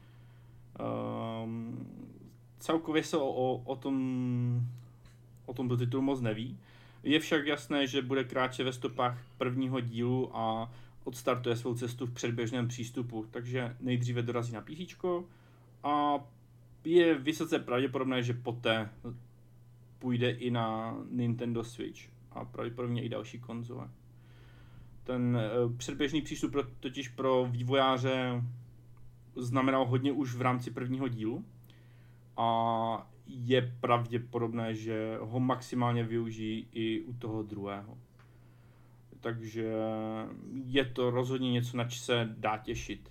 Celkově se o tomto titulu moc neví. Je však jasné, že bude kráčet ve stopách prvního dílu a odstartuje svou cestu v předběžném přístupu, takže nejdříve dorazí na PC a je vysoce pravděpodobné, že poté půjde i na Nintendo Switch a pravděpodobně i další konzole. Ten předběžný přístup totiž pro vývojáře znamenal hodně už v rámci prvního dílu a je pravděpodobné, že ho maximálně využijí i u toho druhého. Takže je to rozhodně něco, na co se dá těšit.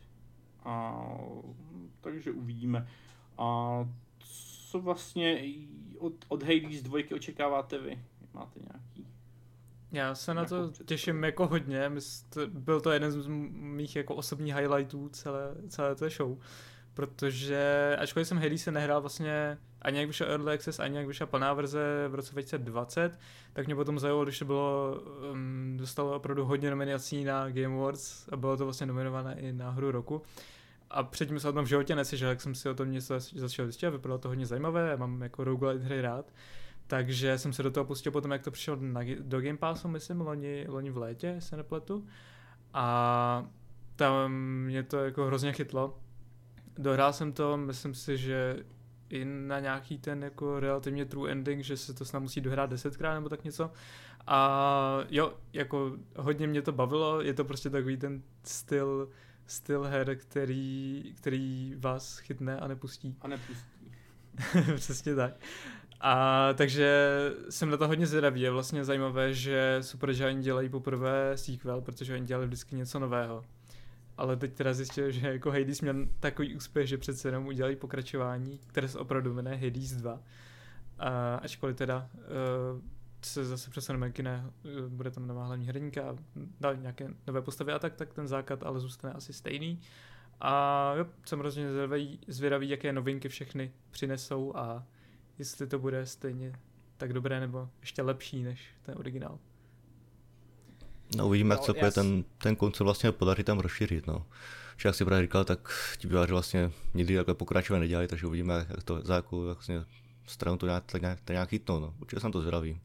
Takže uvidíme. A co vlastně od Hades 2 očekáváte vy? Máte nějaký? Já se na to těším jako hodně. Byl to jeden z mých jako osobních highlightů celé té show. Protože ačkoliv jsem Hades se nehrál vlastně ani jak vyšel Early Access, ani jak vyšla plná verze v roce 2020, tak mě potom zajímalo, když to bylo, dostalo opravdu hodně nominací na Game Awards a bylo to vlastně nominované i na hru roku. A předtím se o tom v životě neslyšel, jak jsem si o tom něco začal zjistit, vypadalo to hodně zajímavé, já mám jako roguelite hry rád. Takže jsem se do toho pustil potom, jak to přišlo do Game Passu, myslím, loni v létě, se nepletu. A tam mě to jako hrozně chytlo. Dohrál jsem to, myslím si, že i na nějaký ten jako relativně true ending, že se to snad musí dohrát 10krát nebo tak něco. A jo, jako hodně mě to bavilo, je to prostě takový ten styl her, který vás chytne a nepustí. Přesně tak. A takže jsem na to hodně zvědavý. Je vlastně zajímavé, že Supergiant dělají poprvé sequel, protože oni dělali vždycky něco nového. Ale teď teda zjistil, že jako Hades měl takový úspěch, že přece jenom udělali pokračování, které se opravdu jmenuje Hades 2. Ačkoliv teda se zase přesuneme kine, bude tam nová hlavní hrdinka a dali nějaké nové postavy a tak ten základ ale zůstane asi stejný. A jo, jsem hrozně zvědavý, jaké novinky všechny přinesou a jestli to bude stejně tak dobré nebo ještě lepší než ten originál. No uvidíme, jak se ten koncept vlastně podaří tam rozšířit, no. Že jak si právě říkal, tak ti býváři vlastně nikdy takhle pokračovat nedělají, takže uvidíme, jak to za jakou vlastně stranu to nějak chytnou, no. Určitě jsem to zvědavý.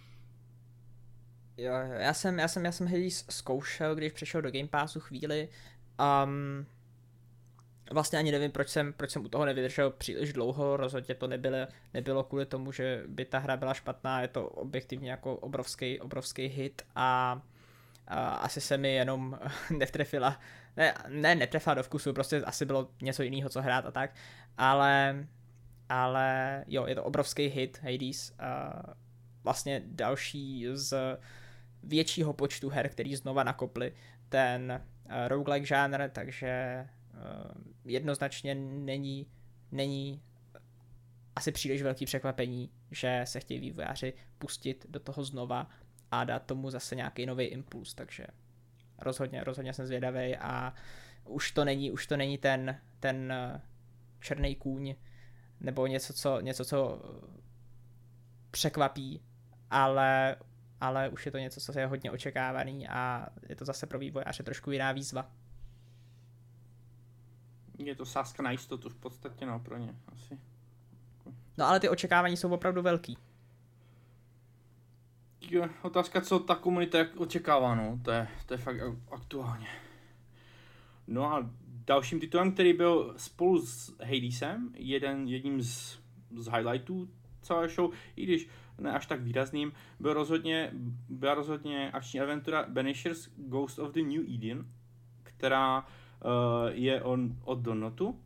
Jo, já jsem Hades zkoušel, když přišel do Game Passu chvíli. Vlastně ani nevím, proč jsem u toho nevydržel příliš dlouho, rozhodně to nebylo kvůli tomu, že by ta hra byla špatná, je to objektivně jako obrovský hit a asi se mi jenom netrefila do vkusu, prostě asi bylo něco jiného, co hrát a tak, ale jo, je to obrovský hit Hades, vlastně další z většího počtu her, který znova nakopli ten roguelike žánr, takže jednoznačně není asi příliš velký překvapení, že se chtějí vývojáři pustit do toho znova a dát tomu zase nějaký nový impuls, takže rozhodně jsem zvědavý a už to není ten černý kůň nebo něco, co překvapí, ale už je to něco, co je hodně očekávaný a je to zase pro vývojáře trošku jiná výzva. Je to sázka na jistotu v podstatě, no, pro ně asi. No ale ty očekávání jsou opravdu velký. Je otázka, co ta komunita očekává, no, to je fakt aktuálně. No a dalším titulem, který byl spolu s Hadesem, jedním z highlightů celé show, i když ne až tak výrazným, byla rozhodně akční adventura Banishers Ghost of the New Eden, která je od Donotu.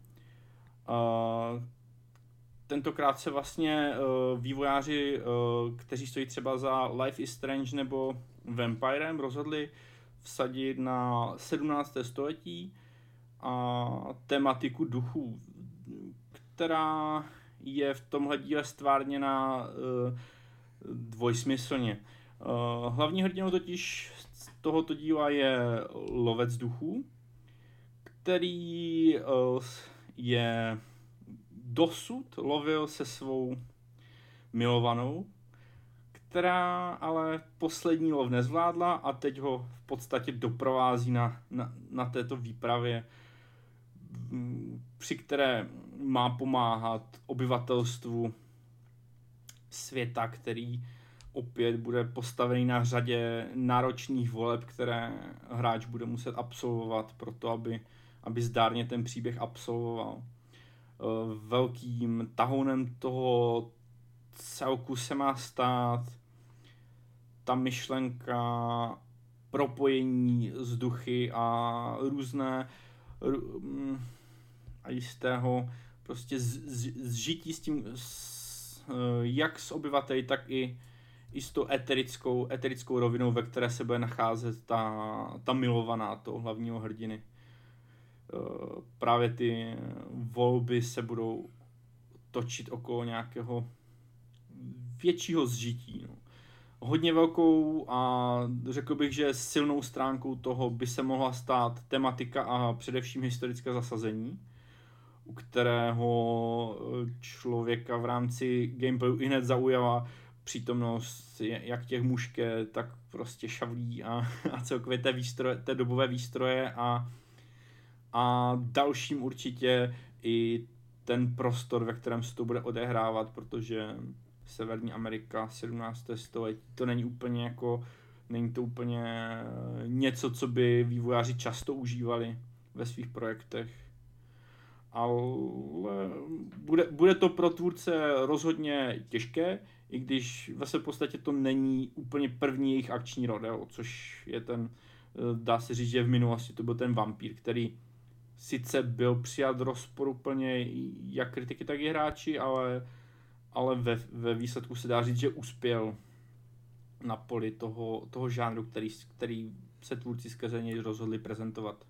Tentokrát se vlastně vývojáři, kteří stojí třeba za Life is Strange nebo Vampirem, rozhodli vsadit na 17. století a tematiku duchů, která je v tomhle díle stvárněna dvojsmyslně. Hlavní hrdinou totiž z tohoto díla je lovec duchů, který je dosud lovil se svou milovanou, která ale poslední lov nezvládla a teď ho v podstatě doprovází na této výpravě, při které má pomáhat obyvatelstvu světa, který opět bude postavený na řadě náročných voleb, které hráč bude muset absolvovat pro to, aby zdárně ten příběh absolvoval. Velkým tahounem toho celku se má stát ta myšlenka propojení s duchy a různé a jistého prostě zžití s tím, jak s obyvateli, tak i s tou eterickou rovinou, ve které se bude nacházet ta milovaná toho hlavního hrdiny. Právě ty volby se budou točit okolo nějakého většího zžití. No. Hodně velkou a řekl bych, že silnou stránkou toho by se mohla stát tematika a především historické zasazení, u kterého člověka v rámci gameplayu i hned zaujala přítomnost jak těch muške, tak prostě šavlí a celkově té dobové výstroje a dalším určitě i ten prostor, ve kterém se to bude odehrávat, protože Severní Amerika, 17. století, to není to úplně něco, co by vývojáři často užívali ve svých projektech. Ale bude to pro tvůrce rozhodně těžké, i když v podstatě to není úplně první jejich akční rodeo, což je dá se říct, že v minulosti to byl ten vampír, který sice byl přijat rozporuplně jak kritiky, tak i hráči, ale ve výsledku se dá říct, že uspěl na poli toho žánru, který se tvůrci skrze něj rozhodli prezentovat.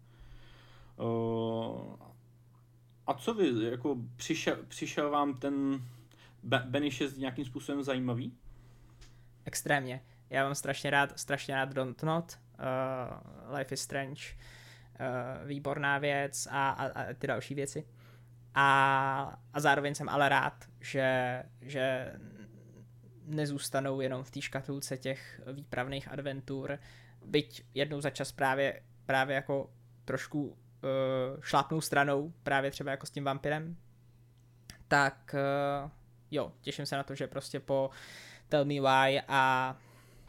A co vy, jako přišel vám ten Banishers nějakým způsobem zajímavý? Extrémně. Já mám strašně rád Dontnod, Life is Strange, výborná věc a ty další věci. A zároveň jsem ale rád, že nezůstanou jenom v té škatulce těch výpravných adventur, byť jednou za čas právě jako trošku šlápnou stranou, právě třeba jako s tím vampirem, tak jo, těším se na to, že prostě po Tell Me Why a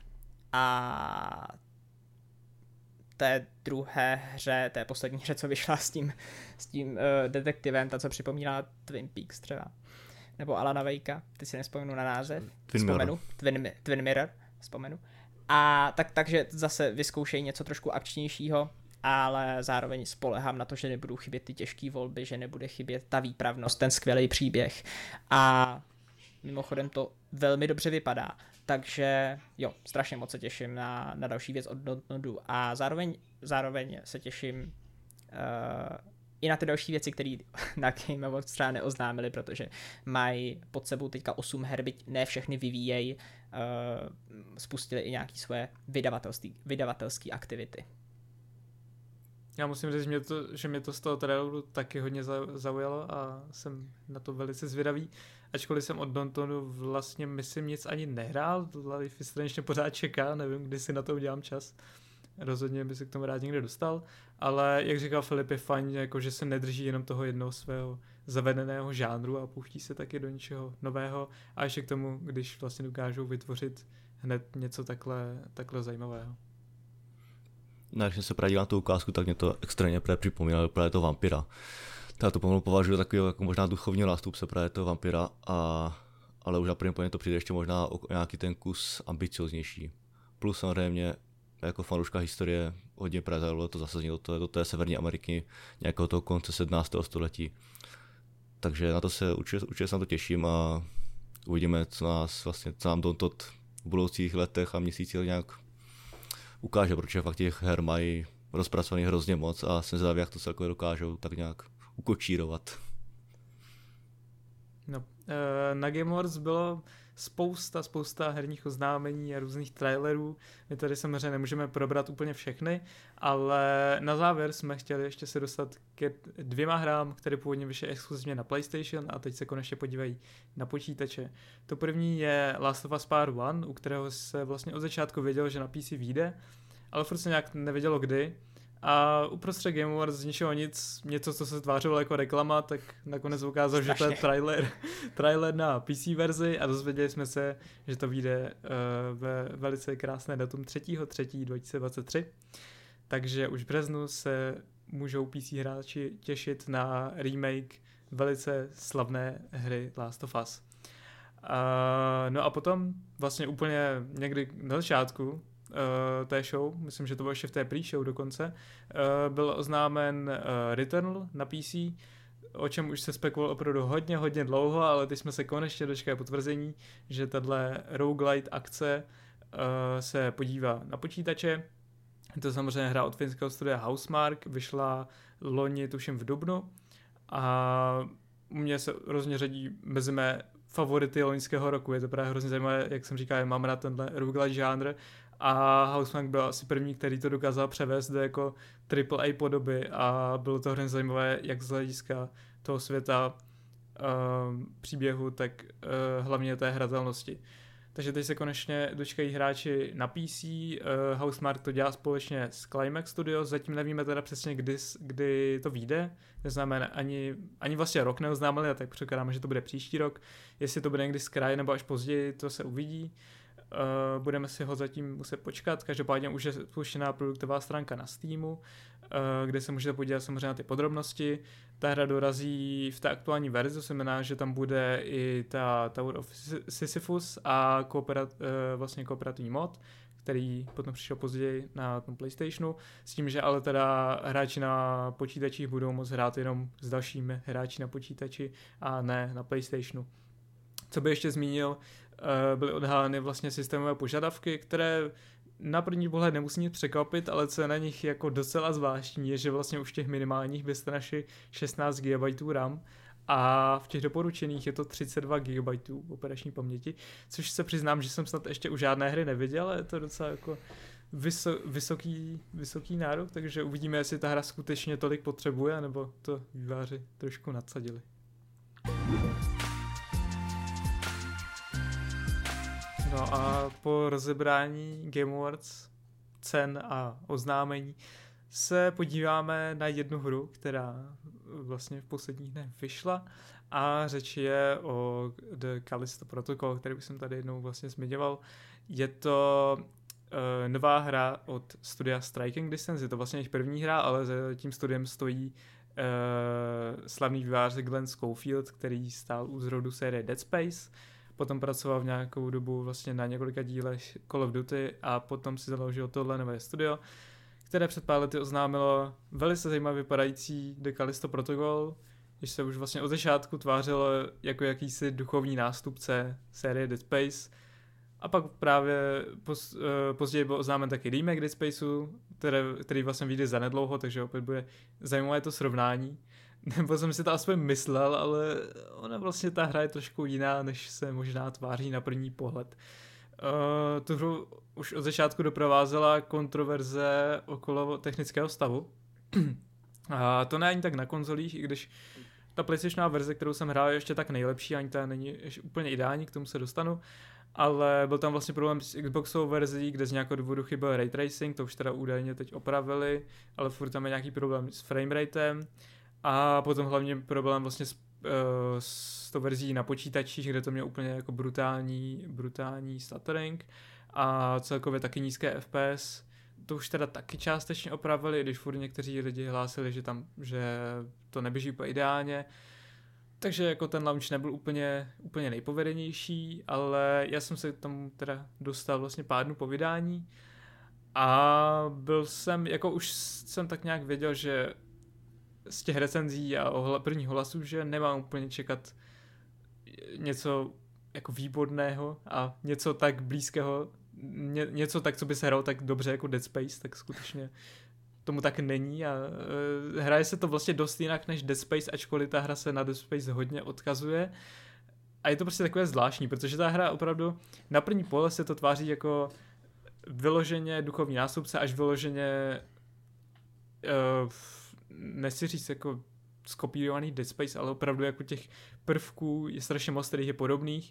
té druhé hře, té poslední hře, co vyšla s tím detektivem, ta, co připomíná Twin Peaks třeba, nebo Alana Wakea, ty si nespomenu na název, Twin Mirror, vzpomenu. A takže zase vyzkoušejí něco trošku akčnějšího, ale zároveň spolehám na to, že nebudou chybět ty těžké volby, že nebude chybět ta výpravnost, ten skvělý příběh. A mimochodem to velmi dobře vypadá, takže jo, strašně moc se těším na další věc od Dontnodu a zároveň se těším i na ty další věci, které na Game Awards třeba neoznámili, protože mají pod sebou teďka 8 her, byť ne všechny vyvíjejí, spustili i nějaké svoje vydavatelské aktivity. Já musím říct, že mě to z toho traileru taky hodně zaujalo a jsem na to velice zvědavý. Ačkoliv jsem od Dantonu vlastně myslím nic ani nehrál, Life is Strange pořád čeká, nevím, kdy si na to udělám čas. Rozhodně by se k tomu rád někde dostal, ale jak říkal Filip, je fajn, jako že se nedrží jenom toho jednoho svého zavedeného žánru a pouští se taky do něčeho nového a ještě k tomu, když vlastně dokážou vytvořit hned něco takhle zajímavého. No, když jsem se právě díval na tu ukázku, tak mě to extrémně připomínalo právě toho vampira. Já to pomalu považuji takového jako možná duchovního nástupce právě toho vampira, ale už na první pohled to přijde ještě možná o nějaký ten kus ambicioznější. Plus samozřejmě jako fanouška historie hodně prezadilo to zasazení do té Severní Ameriky nějakého toho konce 17. století. Takže na to se určitě se na to těším a uvidíme, co nám Dontod v budoucích letech a měsících nějak ukáže, protože fakt těch her mají rozpracovaný hrozně moc a jsem zvědavý, jak to celkově dokážou tak nějak ukočírovat. No, na Game Awards bylo spousta herních oznámení a různých trailerů. My tady samozřejmě nemůžeme probrat úplně všechny, ale na závěr jsme chtěli ještě se dostat ke 2 hrám, které původně vyšly exkluzivně na PlayStation a teď se konečně podívají na počítače. To první je Last of Us Part 1, u kterého se vlastně od začátku vědělo, že na PC vyjde, ale furt se nějak nevědělo kdy. A uprostřed Game Awards z ničeho nic, něco, co se tvářilo jako reklama, tak nakonec ukázalo, že to je trailer na PC verzi a dozvěděli jsme se, že to vyjde ve velice krásné datum 3.3.2023. Takže už v březnu se můžou PC hráči těšit na remake velice slavné hry Last of Us. No a potom vlastně úplně někdy na začátku té show, myslím, že to bylo ještě v té pre-show dokonce, byl oznámen Returnal na PC, o čem už se spekulovalo opravdu hodně dlouho, ale teď jsme se konečně dočkali potvrzení, že tahle roguelite akce se podívá na počítače. Je to samozřejmě hra od finského studia Housemarque, vyšla loni tuším v dubnu a u mě se hrozně řadí mezi mé favority loňského roku. Je to právě hrozně zajímavé, jak jsem říkal, mám rád tenhle roguelite žánr a Housemarque byl asi první, který to dokázal převést do jako AAA podoby a bylo to hrozně zajímavé, jak z hlediska toho světa příběhu, tak hlavně té hratelnosti. Takže teď se konečně dočkají hráči na PC, Housemarque to dělá společně s Climax Studios, zatím nevíme teda přesně, kdy to vyjde, neznáme ani vlastně rok neoznámili, a tak předpokládáme, že to bude příští rok, jestli to bude někdy z kraje nebo až později, to se uvidí. Budeme si ho zatím muset počkat, každopádně už je spuštěná produktová stránka na Steamu, kde se můžete podívat samozřejmě na ty podrobnosti. Ta hra dorazí v té aktuální verzi, to znamená, že tam bude i ta Tower of Sisyphus a vlastně kooperativní mod, který potom přišel později na tom PlayStationu, s tím, že ale teda hráči na počítačích budou moct hrát jenom s dalšími hráči na počítači a ne na PlayStationu. Co by ještě zmínil, byly odhaleny vlastně systémové požadavky, které na první pohled nemusí nic překvapit, ale co je na nich jako docela zvláštní, je, že vlastně už těch minimálních byste našli 16 GB RAM a v těch doporučených je to 32 GB operační paměti, což se přiznám, že jsem snad ještě u žádné hry neviděl, ale je to docela jako vysoký nárok, takže uvidíme, jestli ta hra skutečně tolik potřebuje, nebo to vývojáři trošku nadsadili. No a po rozebrání Game Awards, cen a oznámení se podíváme na jednu hru, která vlastně v posledních dnech vyšla a řeč je o The Callisto Protocol, který bych jsem tady jednou vlastně zmiňoval. Je to nová hra od studia Striking Distance, je to vlastně jejich první hra, ale za tím studiem stojí slavný vývojář Glenn Schofield, který stál u zrodu série Dead Space. Potom pracoval v nějakou dobu vlastně na několika dílech Call of Duty a potom si založil tohle nové studio, které před pár lety oznámilo velice zajímavě vypadající The Callisto Protocol, když se už vlastně od začátku tvářilo jako jakýsi duchovní nástupce série Dead Space. A pak právě později byl oznámen taky remake Dead Spaceu, který vlastně vyjde zanedlouho, takže opět bude zajímavé to srovnání. Nebo jsem si to aspoň myslel, ale ona vlastně ta hra je trošku jiná, než se možná tváří na první pohled. Tu hru už od začátku doprovázela kontroverze okolo technického stavu. A to ne ani tak na konzolích, i když ta PlayStationová verze, kterou jsem hrál, je ještě tak nejlepší, ani ta není ještě úplně ideální, k tomu se dostanu. Ale byl tam vlastně problém s Xboxovou verzí, kde z nějakého důvodu chyběl ray tracing, to už teda údajně teď opravili, ale furt tam je nějaký problém s frameratem. A potom hlavně problém vlastně s tou verzí na počítačích, kde to mělo úplně jako brutální stuttering a celkově taky nízké FPS. To už teda taky částečně opravili, když furt někteří lidi hlásili, že to neběží úplně ideálně. Takže jako ten launch nebyl úplně nejpovedenější, ale já jsem se k tomu teda dostal vlastně pár dnů po vydání a už jsem tak nějak věděl, že z těch recenzí a prvních hlasů, že nemám úplně čekat něco jako výborného a něco tak blízkého, něco tak, co by se hralo tak dobře jako Dead Space, tak skutečně tomu tak není a hraje se to vlastně dost jinak než Dead Space, ačkoliv ta hra se na Dead Space hodně odkazuje a je to prostě takové zvláštní, protože ta hra opravdu na první pohled se to tváří jako vyloženě duchovní nástupce, až vyloženě nechci říct jako skopírovaný Dead Space, ale opravdu jako těch prvků je strašně moc, kterých je podobných.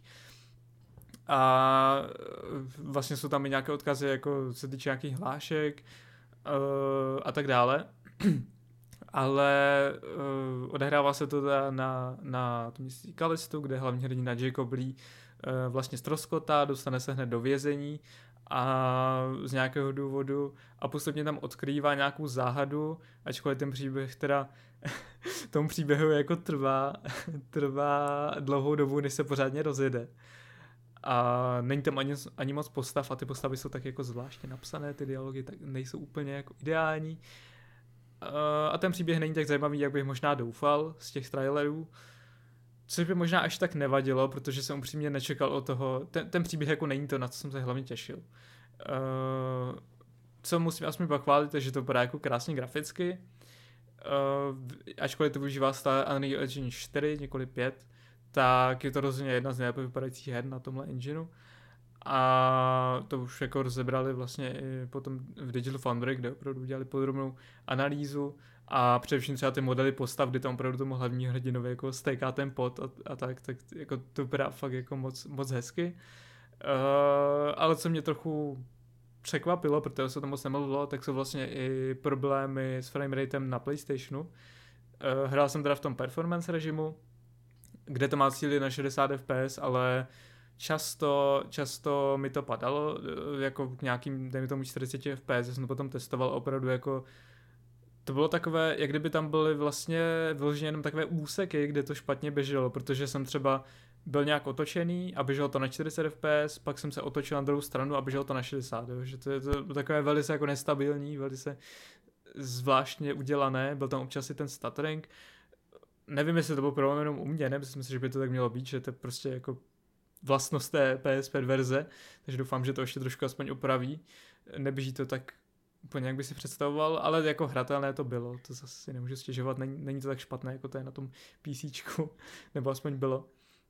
A vlastně jsou tam i nějaké odkazy, jako se týče nějakých hlášek a tak dále. Ale odehrává se to na tom městě Callistu, kde hlavní hrdina Jacob Lee vlastně ztroskotá, dostane se hned do vězení a z nějakého důvodu a postupně tam odkrývá nějakou záhadu, ačkoliv ten příběh teda tomu příběhu jako trvá dlouhou dobu, než se pořádně rozjede. A není tam ani moc postav a ty postavy jsou tak jako zvláštně napsané, ty dialogy tak nejsou úplně jako ideální. A ten příběh není tak zajímavý, jak bych možná doufal z těch trailerů. Což by možná až tak nevadilo, protože jsem upřímně nečekal od toho, ten příběh jako není to, na co jsem se hlavně těšil. Co musím aspoň pochválit, je, že to vypadá jako krásně graficky, ačkoliv to využívá stále Unreal Engine 4, nikoli 5, tak je to rozhodně jedna z nejlépe vypadajících her na tomhle engineu. A to už jako rozebrali vlastně i potom v Digital Foundry, kde opravdu udělali podrobnou analýzu a především třeba ty modely postav, kdy tam opravdu tomu hlavní hrdinovi jako stéká ten pot a tak jako to vypadá fakt jako moc hezky. Ale co mě trochu překvapilo, protože se to moc nemluvilo, tak jsou vlastně i problémy s frameratem na PlayStationu. Hrál jsem teda v tom performance režimu, kde to má cílit na 60 fps, ale často mi to padalo, jako k nějakým, dejme tomu 40 fps, jsem to potom testoval opravdu jako, to bylo takové, jak kdyby tam byly vlastně vyloženě jenom takové úseky, kde to špatně běželo, protože jsem třeba byl nějak otočený a běželo to na 40 fps, pak jsem se otočil na druhou stranu a běželo to na 60, jo, že to je to takové velice jako nestabilní, velice zvláštně udělané, byl tam občas i ten stuttering. Nevím, jestli to byl problém jenom u mě, nemyslím si, že by to tak mělo být, že to je prostě jako vlastnost té PS5 verze, takže doufám, že to ještě trošku aspoň opraví. Neběží to tak úplně, jak by si představoval, ale jako hratelné to bylo, to zase si nemůžu stěžovat, není to tak špatné, jako to je na tom PCčku, nebo aspoň bylo.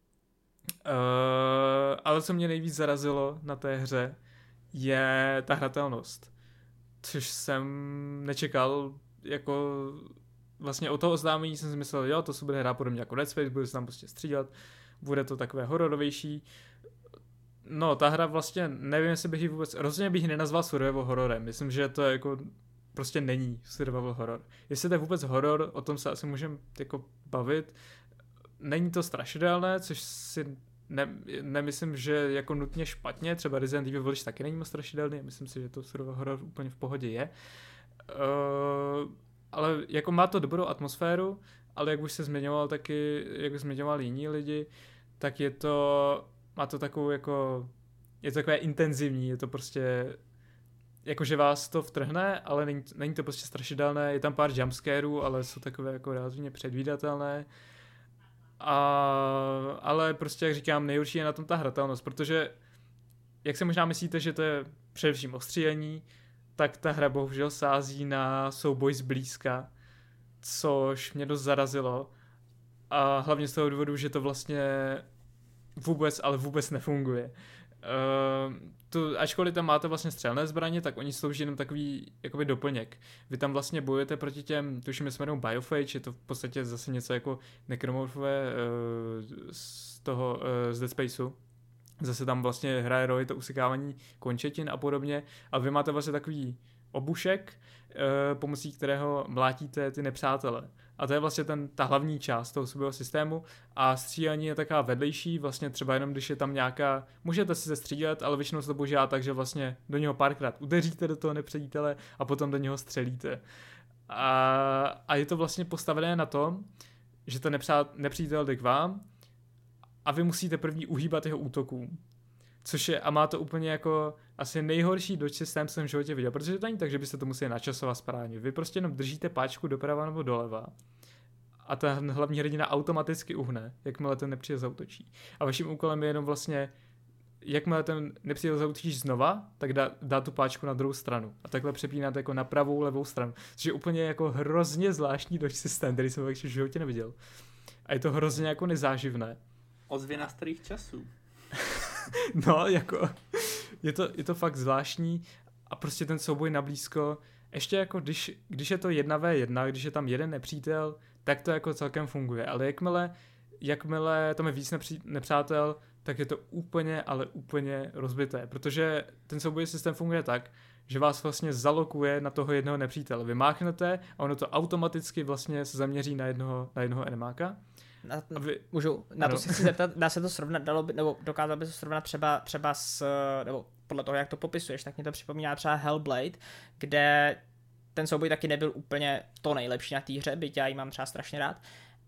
Ale co mě nejvíc zarazilo na té hře, je ta hratelnost, což jsem nečekal, jako vlastně o toho oznámení jsem si myslel, jo, to se bude hrát podobně jako Dead Space, bude se tam prostě střídat, bude to takové hororovější. No, ta hra vlastně, nevím, jestli bych ji vůbec, rozhodně bych ji nenazval survival hororem, myslím, že to jako prostě není survival horor. Jestli to je vůbec horor, o tom se asi můžeme jako bavit. Není to strašidelné, což si nemyslím, že jako nutně špatně, třeba Resident Evil Village taky není moc strašidelný, myslím si, že to survival horor úplně v pohodě je. Ale jako má to dobrou atmosféru, ale jak už se zmiňoval taky, jak už zmiňovali jiní lidi, tak má to takovou jako, je to takové intenzivní, je to prostě, jakože vás to vtrhne, ale není to prostě strašidelné, je tam pár jumpscarů, ale jsou takové jako relativně předvídatelné. Ale prostě, jak říkám, nejhorší je na tom ta hratelnost, protože jak se možná myslíte, že to je především o střílení, tak ta hra bohužel sází na souboj zblízka, což mě dost zarazilo. A hlavně z toho důvodu, že to vlastně vůbec nefunguje. Ačkoliv tam máte vlastně střelné zbraně, tak oni slouží jenom takový jakoby doplněk. Vy tam vlastně bojujete proti těm, tuším, se jmenou Biophage, je to v podstatě zase něco jako Necromorphové z Dead Spaceu. Zase tam vlastně hraje roli to usekávání končetin a podobně. A vy máte vlastně takový obušek, pomocí kterého mlátíte ty nepřátele. A to je vlastně ta hlavní část toho soubojového systému a střílení je taková vedlejší, vlastně třeba jenom když je tam nějaká, můžete si zestřílet, ale většinou se to božá tak, že vlastně do něho párkrát udeříte do toho nepředítele a potom do něho střelíte. A je to vlastně postavené na tom, že ten nepřítel jde k vám a vy musíte první uhýbat jeho útokům. Což je, a má to úplně jako asi nejhorší dodge systém, co jsem v životě viděl, protože to není tak, že byste to museli načasovat správně. Vy prostě jenom držíte páčku doprava nebo doleva a ta hlavní hrdina automaticky uhne, jakmile ten nepřítel zaútočí. A vaším úkolem je jenom vlastně, jakmile ten nepřítel zaútočí znova, tak dá tu páčku na druhou stranu. A takhle přepínáte jako na pravou, levou stranu. Což je úplně jako hrozně zvláštní dodge systém, který jsem v životě neviděl. A je to hrozně jako nezáživné. Ozvěna starých časů. No, jako, je to fakt zvláštní a prostě ten souboj na blízko, ještě jako když je to 1v1, když je tam jeden nepřítel, tak to jako celkem funguje, ale jakmile tam je víc nepřátel, tak je to úplně, ale úplně rozbité, protože ten soubojový systém funguje tak, že vás vlastně zalokuje na toho jednoho nepřítele. Vy máchnete a ono to automaticky vlastně se zaměří na jednoho enemáka. Na to si chci zeptat, dá se to srovnat, nebo dokázal by se srovnat třeba nebo podle toho, jak to popisuješ, tak mě to připomíná třeba Hellblade, kde ten souboj taky nebyl úplně to nejlepší na té hře, byť já ji mám třeba strašně rád.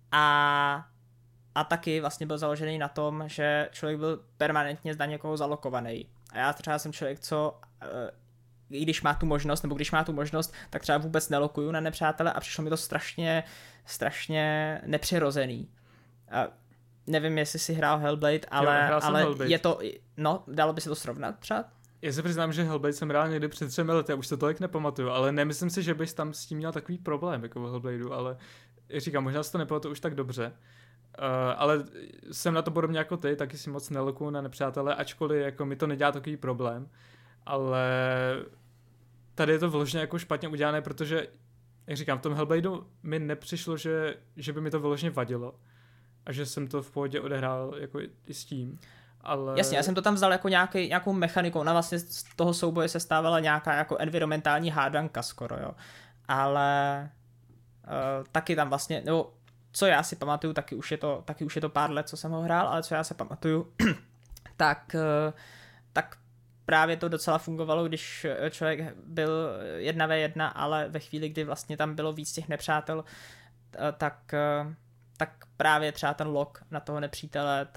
A taky vlastně byl založený na tom, že člověk byl permanentně na někoho zalokovaný. A já třeba jsem člověk, co i když má tu možnost, nebo když má tu možnost, tak třeba vůbec nelokuju na nepřátele a přišlo mi to strašně nepřirozený. Nevím, jestli si hrál Hellblade, ale Hellblade. Je to, no, dalo by se to srovnat třeba? Já se přiznám, že Hellblade jsem hrál někdy před 3 lety, já už to tolik nepamatuju, ale nemyslím si, že bys tam s tím měl takový problém jako v Hellbladeu, ale říkám, možná si to nepamatuju už tak dobře. Ale jsem na to podobně jako ty, taky si moc nelokuju na nepřátele, ačkoliv jako mi to nedělá takový problém, ale tady je to vložně jako špatně udělané, protože, jak říkám, v tom Hellbladeu mi nepřišlo, že by mi to vložně vadilo a že jsem to v pohodě odehrál jako i s tím. Ale... Jasně, já jsem to tam vzal jako nějakou mechanikou, ona vlastně z toho souboje se stávala nějaká jako environmentální hádanka skoro, jo. Ale taky tam vlastně, nebo co já si pamatuju, taky už je to pár let, co jsem ho hrál, ale co já si pamatuju, tak právě to docela fungovalo, když člověk byl 1v1, ale ve chvíli, kdy vlastně tam bylo víc těch nepřátel, tak právě třeba ten lock na toho nepřítele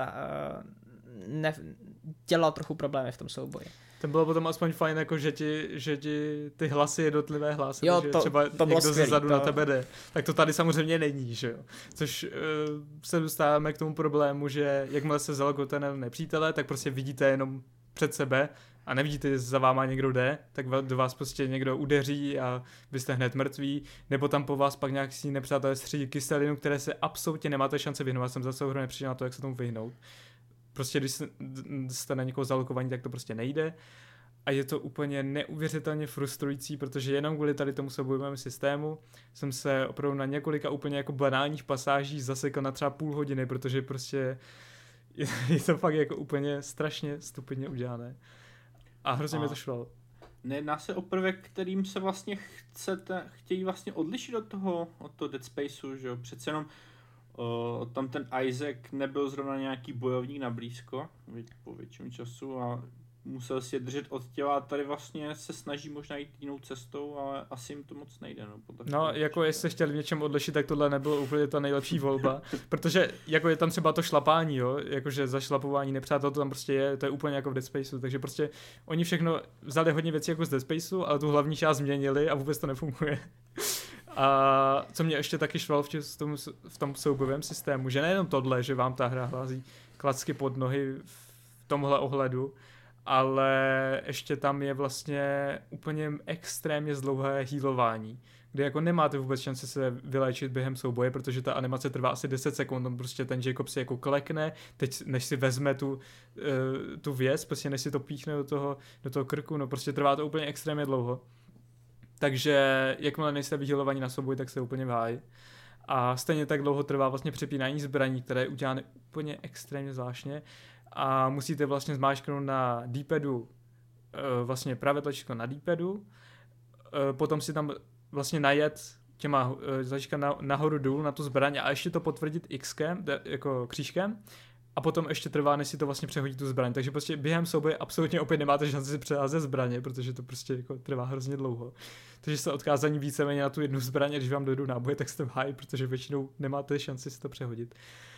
dělal trochu problémy v tom souboji. To bylo potom aspoň fajn, jako že ti ty hlasy jednotlivé hlásy, jo, že třeba to někdo skvělý, zezadu na tebe jde. Tak to tady samozřejmě není, že jo. Což se dostáváme k tomu problému, že jakmile se zalogujete na nepřítele, tak prostě vidíte jenom před sebe a nevidíte, že za váma někdo jde, tak do vás prostě někdo udeří a vy jste hned mrtví, nebo tam po vás pak nějaký nepřátelé střílí kyselinu, které se absolutně nemáte šance vyhnout. Já jsem za celou hru nepřišel na to, jak se tomu vyhnout. Prostě když jste na někoho zalokovaní, tak to prostě nejde. A je to úplně neuvěřitelně frustrující, protože jenom kvůli tady tomu soubojovému systému jsem se opravdu na několika úplně jako banálních pasážích zasekl na třeba půl hodiny, protože prostě je to fakt jako úplně strašně stupidně udělané. A hrozně mi to šlo. Nejedná se o prvek, kterým se vlastně chtějí vlastně odlišit od toho Dead Spaceu, že jo? Přece jenom tam ten Isaac nebyl zrovna nějaký bojovník na blízko, po většinu času a musel si je držet od těla a tady vlastně se snaží možná jít jinou cestou, ale asi jim to moc nejde. No, jako jestli chtěli v něčem odlišit, tak tohle nebylo úplně ta nejlepší volba, protože jako je tam třeba to šlapání, jo, jakože zašlapování nepřátel to tam prostě je, to je úplně jako v Dead Spaceu, takže prostě oni všechno vzali hodně věcí jako z Dead Spaceu, ale tu hlavní část změnili a vůbec to nefunguje. A co mě ještě taky švalo v tom soubojovém systému, že nejenom tohle, že vám ta hra hlází klacky pod nohy v tomhle ohledu, ale ještě tam je vlastně úplně extrémně zdlouhé healování, kde jako nemáte vůbec šanci se vyléčit během souboje, protože ta animace trvá asi 10 sekund, on prostě ten Jacob si jako klekne, teď než si vezme tu věc, prostě než si to píchne do toho krku, no prostě trvá to úplně extrémně dlouho. Takže jakmile nejste vyhealovaní na souboj, tak se úplně v háji. A stejně tak dlouho trvá vlastně přepínání zbraní, které je udělané úplně extrémně zvláštně. A musíte vlastně zmáčknout na D-padu vlastně pravé tlačítko na D-padu, potom si tam vlastně najet těma tlačítka nahoru dolů na tu zbraň a ještě to potvrdit X-kem, jako křížkem, a potom ještě trvá, než si to vlastně přehodí tu zbraň. Takže prostě během souboje absolutně opět nemáte šanci si přeházet zbraně, protože to prostě jako trvá hrozně dlouho. Takže jste odkázaní víceméně na tu jednu zbraň a když vám dojdou náboje, tak jste v háji, protože většinou nemáte šanci si to přehodit.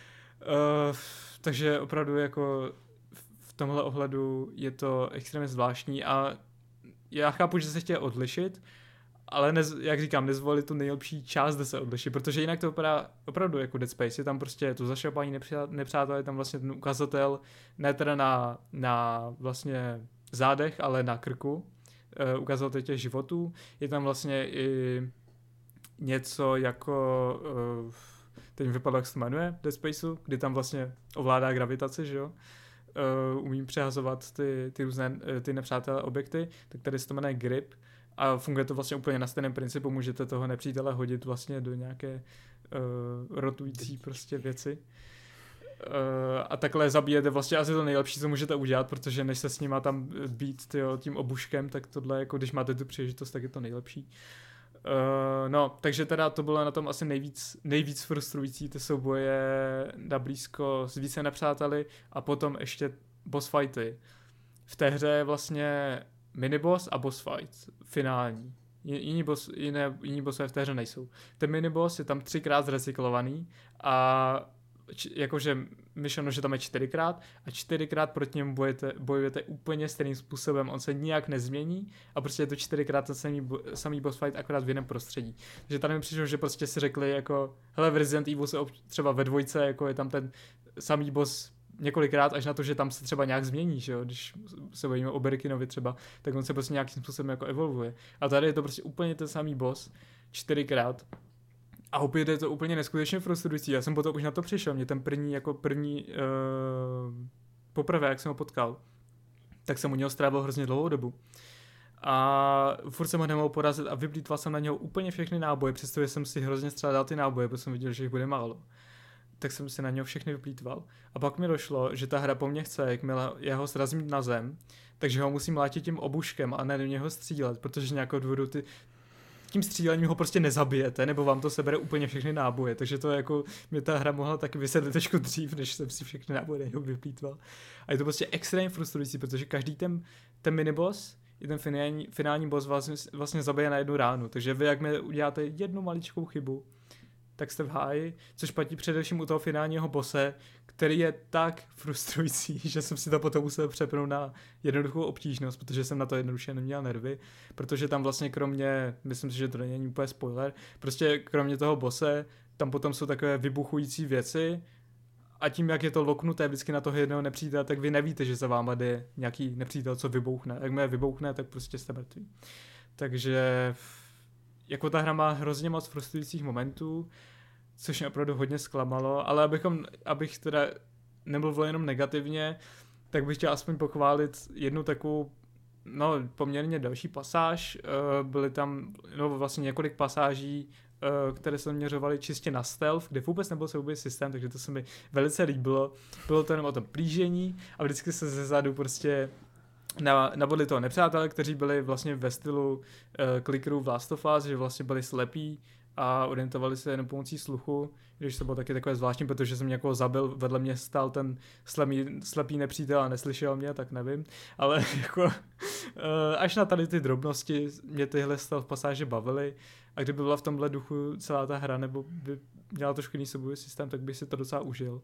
Takže opravdu jako v tomhle ohledu je to extrémně zvláštní a já chápu, že se chtěl odlišit, ale jak říkám, nezvolili tu nejlepší část, kde se odliší, protože jinak to vypadá opravdu jako Dead Space, je tam prostě to zašlapání nepřátel, je tam vlastně ten ukazatel, ne teda na vlastně zádech, ale na krku, ukazatel těch životů, je tam vlastně i něco jako, teď mi vypadlo, jak se to jmenuje, Dead Spaceu, kdy tam vlastně ovládá gravitaci, že jo, umí přehazovat ty různé, ty nepřátelé objekty, tak tady se to jmenuje grip, a funguje to vlastně úplně na stejném principu, můžete toho nepřítele hodit vlastně do nějaké rotující prostě věci. A takhle zabijete vlastně asi to nejlepší, co můžete udělat, protože než se s nima tam být tím obuškem, tak tohle jako když máte tu příležitost, tak je to nejlepší. No, takže teda to bylo na tom asi nejvíc frustrující, ty souboje na blízko s více nepřáteli a potom ještě boss fighty. V té hře je vlastně miniboss a boss fight, finální. Jiní bossové v té hře nejsou. Ten miniboss je tam 3x zrecyklovaný a jakože myšleno, že tam je 4x a 4x proti němu bojujete úplně stejným způsobem, on se nijak nezmění a prostě je to 4x ten samý boss fight, akorát v jiném prostředí. Takže tady mi přišlo, že prostě si řekli jako, hele, v Resident Evil se třeba ve 2, jako je tam ten samý boss několikrát, až na to, že tam se třeba nějak změní, že jo? Když se bavíme o Birkinovi třeba, tak on se prostě nějakým způsobem jako evolvuje. A tady je to prostě úplně ten samý boss 4x. A opět je to úplně neskutečně frustrující. Já jsem potom už na to přišel, mě ten první poprvé, jak jsem ho potkal, tak jsem u něho strávil hrozně dlouhou dobu. A furt jsem ho nemohl porazit a vyplýtval jsem na něho úplně všechny náboje, přestože jsem si hrozně střádal ty náboje, protože jsem viděl, že jich bude málo. Tak jsem si na něho všechny vyplýtval. A pak mi došlo, že ta hra po mně chce, jakmile já ho srazím na zem, takže ho musím mlátit tím obuškem a ne do něho střílet, protože z nějakého důvodu tím střílením ho prostě nezabijete, nebo vám to sebere úplně všechny náboje, takže to jako mě ta hra mohla taky vysvětlit trošku dřív, než jsem si všechny náboje vyplýtval. A je to prostě extrémně frustrující, protože každý ten miniboss i ten finální boss vlastně zabije na jednu ránu, takže vy jak uděláte jednu maličkou chybu, tak jste v háji, což platí především u toho finálního bosse, který je tak frustrující, že jsem si to potom musel přepnout na jednoduchou obtížnost, protože jsem na to jednoduše neměl nervy, protože tam vlastně kromě, myslím si, že to není úplně spoiler, prostě kromě toho bosse, tam potom jsou takové vybuchující věci a tím, jak je to loknuté vždycky na toho jednoho nepřítele, tak vy nevíte, že za váma jde nějaký nepřítel, co vybouchne. Jakmile vybouchne, tak prostě jste mrtví. Takže jako ta hra má hrozně moc frustrujících momentů, což mě opravdu hodně zklamalo, ale abych teda nemluvil jenom negativně, tak bych chtěl aspoň pochválit jednu takovou, poměrně další pasáž. Byly tam vlastně několik pasáží, které se zaměřovaly čistě na stealth, kde vůbec nebyl soubojový systém, takže to se mi velice líbilo. Bylo to jenom o tom plížení a vždycky se zezadu prostě nabodli toho nepřátelé, kteří byli vlastně ve stylu klickerů v Last of Us, že vlastně byli slepí a orientovali se jenom pomocí sluchu, když to bylo taky takové zvláštní, protože jsem někoho zabil, vedle mě stál ten slepý nepřítel a neslyšel mě, tak nevím, ale jako až na tady ty drobnosti mě tyhle stealth pasáže bavily a kdyby byla v tomhle duchu celá ta hra, nebo by měla trošku jiný soubojový systém, tak bych si to docela užil.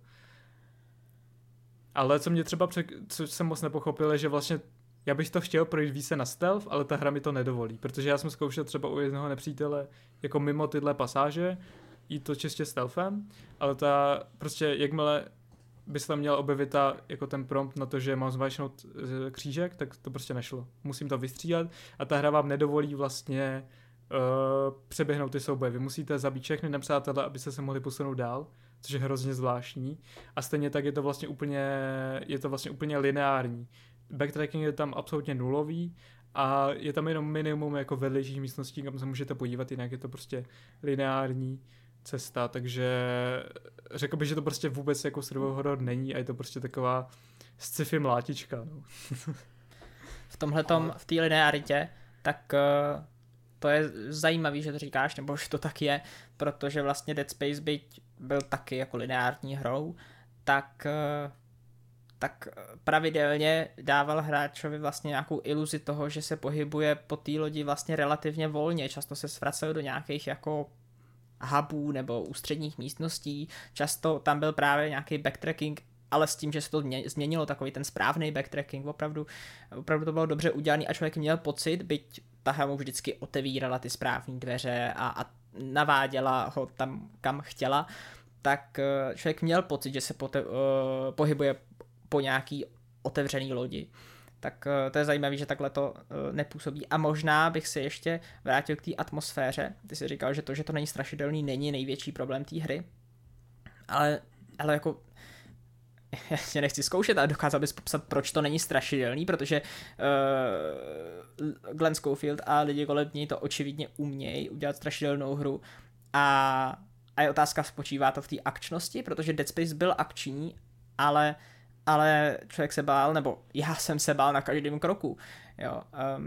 Ale co mě třeba, co jsem moc nepochopil, je, že vlastně já bych to chtěl projít více na stealth, ale ta hra mi to nedovolí, protože já jsem zkoušel třeba u jednoho nepřítele jako mimo tyhle pasáže, jít to čistě stealthem, ale ta prostě jakmile bys tam měl objevit jako ten prompt na to, že mám zmáčknout křížek, tak to prostě nešlo. Musím to vystřídat a ta hra vám nedovolí vlastně přeběhnout ty souboje. Vy musíte zabít všechny nepřátele, abyste se mohli posunout dál, což je hrozně zvláštní. A stejně tak je to vlastně úplně lineární. Backtracking je tam absolutně nulový a je tam jenom minimum jako vedlejších místností, kam se můžete podívat, jinak je to prostě lineární cesta, takže řekl bych, že to prostě vůbec jako survival horror není a je to prostě taková sci-fi mlátička. No. V té linearitě, tak to je zajímavý, že to říkáš, nebo že to tak je, protože vlastně Dead Space byť byl taky jako lineární hrou, tak pravidelně dával hráčovi vlastně nějakou iluzi toho, že se pohybuje po té lodi vlastně relativně volně. Často se zvracel do nějakých jako hubů nebo ústředních místností. Často tam byl právě nějaký backtracking, ale s tím, že se to změnilo, takový ten správný backtracking, opravdu to bylo dobře udělaný a člověk měl pocit, byť ta hra mu vždycky otevírala ty správné dveře a naváděla ho tam, kam chtěla, tak člověk měl pocit, že se pohybuje po nějaký otevřený lodi. Tak to je zajímavé, že takhle to nepůsobí. A možná bych se ještě vrátil k té atmosféře. Ty jsi říkal, že to není strašidelný, není největší problém té hry. Ale jako já tě nechci zkoušet, ale dokázal bys popsat, proč to není strašidelný, protože Glenn Schofield a lidi kolem něj to očividně umějí udělat strašidelnou hru. A je otázka, spočívá to v té akčnosti, protože Dead Space byl akční, ale člověk se bál, nebo já jsem se bál na každém kroku. Jo.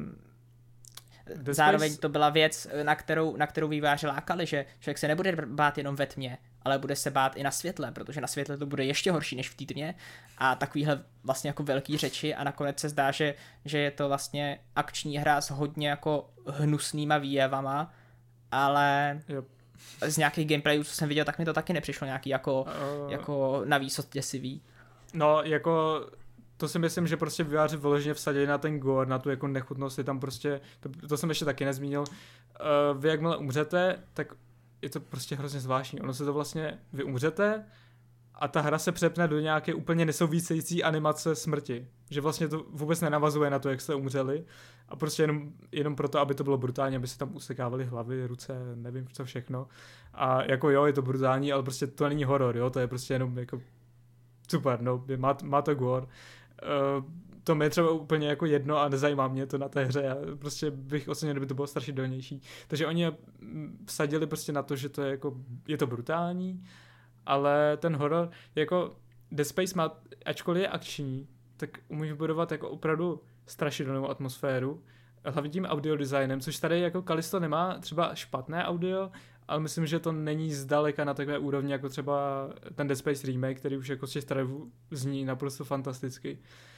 Zároveň to byla věc, na kterou vývojáři lákali, že člověk se nebude bát jenom ve tmě, ale bude se bát i na světle, protože na světle to bude ještě horší než v té tmě a takovýhle vlastně jako velký řeči a nakonec se zdá, že je to vlastně akční hra s hodně jako hnusnýma výjevama, ale z nějakých gameplayů, co jsem viděl, tak mi to taky nepřišlo nějaký jako navíc děsivý. No, jako to si myslím, že prostě vývojáři vyloženě vsadili na ten gore, na tu jako nechutnost, je tam prostě, to jsem ještě taky nezmínil, vy jakmile umřete, tak je to prostě hrozně zvláštní, ono se to vlastně, vy umřete a ta hra se přepne do nějaké úplně nesouvisející animace smrti, že vlastně to vůbec nenavazuje na to, jak jste umřeli a prostě jenom proto, aby to bylo brutální, aby se tam usekávaly hlavy, ruce, nevím co všechno a jako jo, je to brutální, ale prostě to není horor, jo, to je prostě jenom jako super, no, má to gore. To mi je třeba úplně jako jedno a nezajímá mě to na té hře. Já prostě bych ocenil, kdyby to bylo strašidelnější. Takže oni vsadili prostě na to, že to je to brutální, ale ten horor, jako Dead Space má, ačkoliv je akční, tak umí vybudovat jako opravdu strašidelnou atmosféru. Hlavně tím audiodesignem, což tady jako Callisto nemá třeba špatné audio, ale myslím, že to není zdaleka na takové úrovni jako třeba ten Dead Space remake, který už jako z těch trailů zní naprosto fantasticky.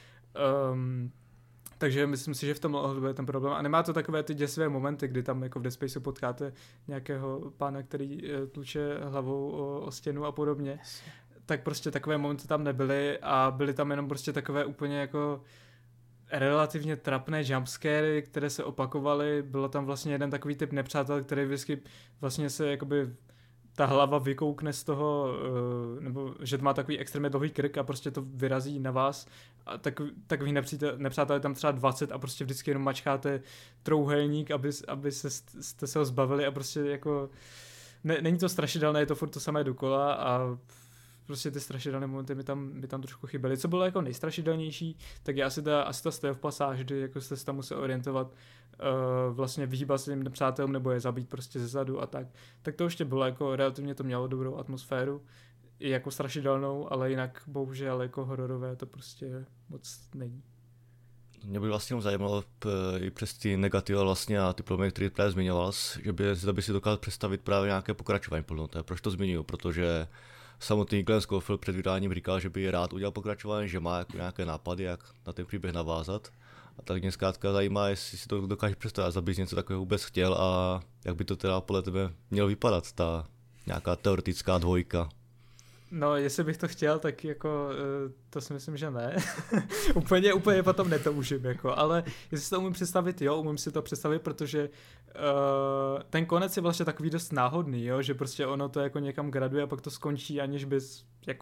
Takže myslím si, že v tomhle ohledu je ten problém. A nemá to takové ty děsivé momenty, kdy tam jako v Dead Spaceu potkáte nějakého pána, který tluče hlavou o stěnu a podobně. Tak prostě takové momenty tam nebyly a byly tam jenom prostě takové úplně jako relativně trapné jumpscary, které se opakovaly. Bylo tam vlastně jeden takový typ nepřátel, který vždycky vlastně se jakoby ta hlava vykoukne z toho, nebo že to má takový extrémně dlouhý krk a prostě to vyrazí na vás. A takových nepřátel je tam třeba 20 a prostě vždycky jenom mačkáte trouhelník, aby jste se ho zbavili a prostě jako není to strašidelné, je to furt to samé dokola a prostě ty strašidelné momenty mi tam trošku chyběly. Co bylo jako nejstrašidelnější, tak je asi ta stealth pasáž, kdy jako jste se tam musel orientovat, vlastně vyhýbat se těm nepřátelům nebo je zabít prostě zezadu a tak. Tak to ještě bylo jako relativně to mělo dobrou atmosféru, i jako strašidelnou, ale jinak bohužel jako hororové to prostě moc není. Mě by vlastně zajímalo i přes ty negativa vlastně a ty problémy, které právě zmiňoval, že by si dokázal představit právě nějaké pokračování plnoté. Proč to zmiňuji? Protože samotný Glenn Schofield před vydáním říkal, že by rád udělal pokračování, že má jako nějaké nápady, jak na ten příběh navázat. A tak mě zkrátka zajímá, jestli si to dokáže představit, zda bys něco takového vůbec chtěl a jak by to teda podle tebe mělo vypadat, ta nějaká teoretická dvojka. No, jestli bych to chtěl, tak jako to si myslím, že ne. úplně potom netoužím, jako, ale jestli si to umím představit, jo, umím si to představit, protože ten konec je vlastně takový dost náhodný, jo, že prostě ono to jako někam graduje a pak to skončí, aniž bys jako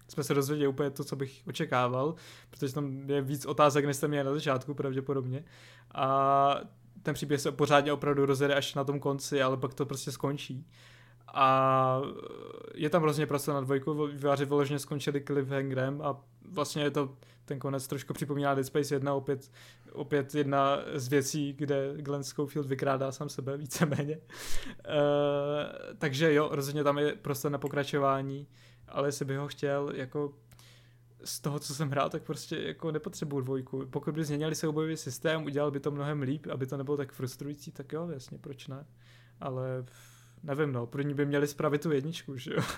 jsme se dozvěděli úplně to, co bych očekával, protože tam je víc otázek, než jste měli na začátku pravděpodobně. A ten příběh se pořádně opravdu rozjede až na tom konci, ale pak to prostě skončí. A je tam hrozně prostor na dvojku, vývojáři vyloženě skončili cliffhangerem a vlastně je to ten konec trošku připomíná Dead Space 1, opět jedna z věcí, kde Glenn Schofield vykrádá sám sebe víceméně. Takže jo, rozhodně tam je prostor na pokračování, ale jestli bych ho chtěl, jako z toho, co jsem hrál, tak prostě jako nepotřebuju dvojku. Pokud by změnili soubojový systém, udělal by to mnohem líp, aby to nebylo tak frustrující, tak jo, jasně, proč ne? Ale nevím, no, pro ní by měli spravit tu jedničku, že jo?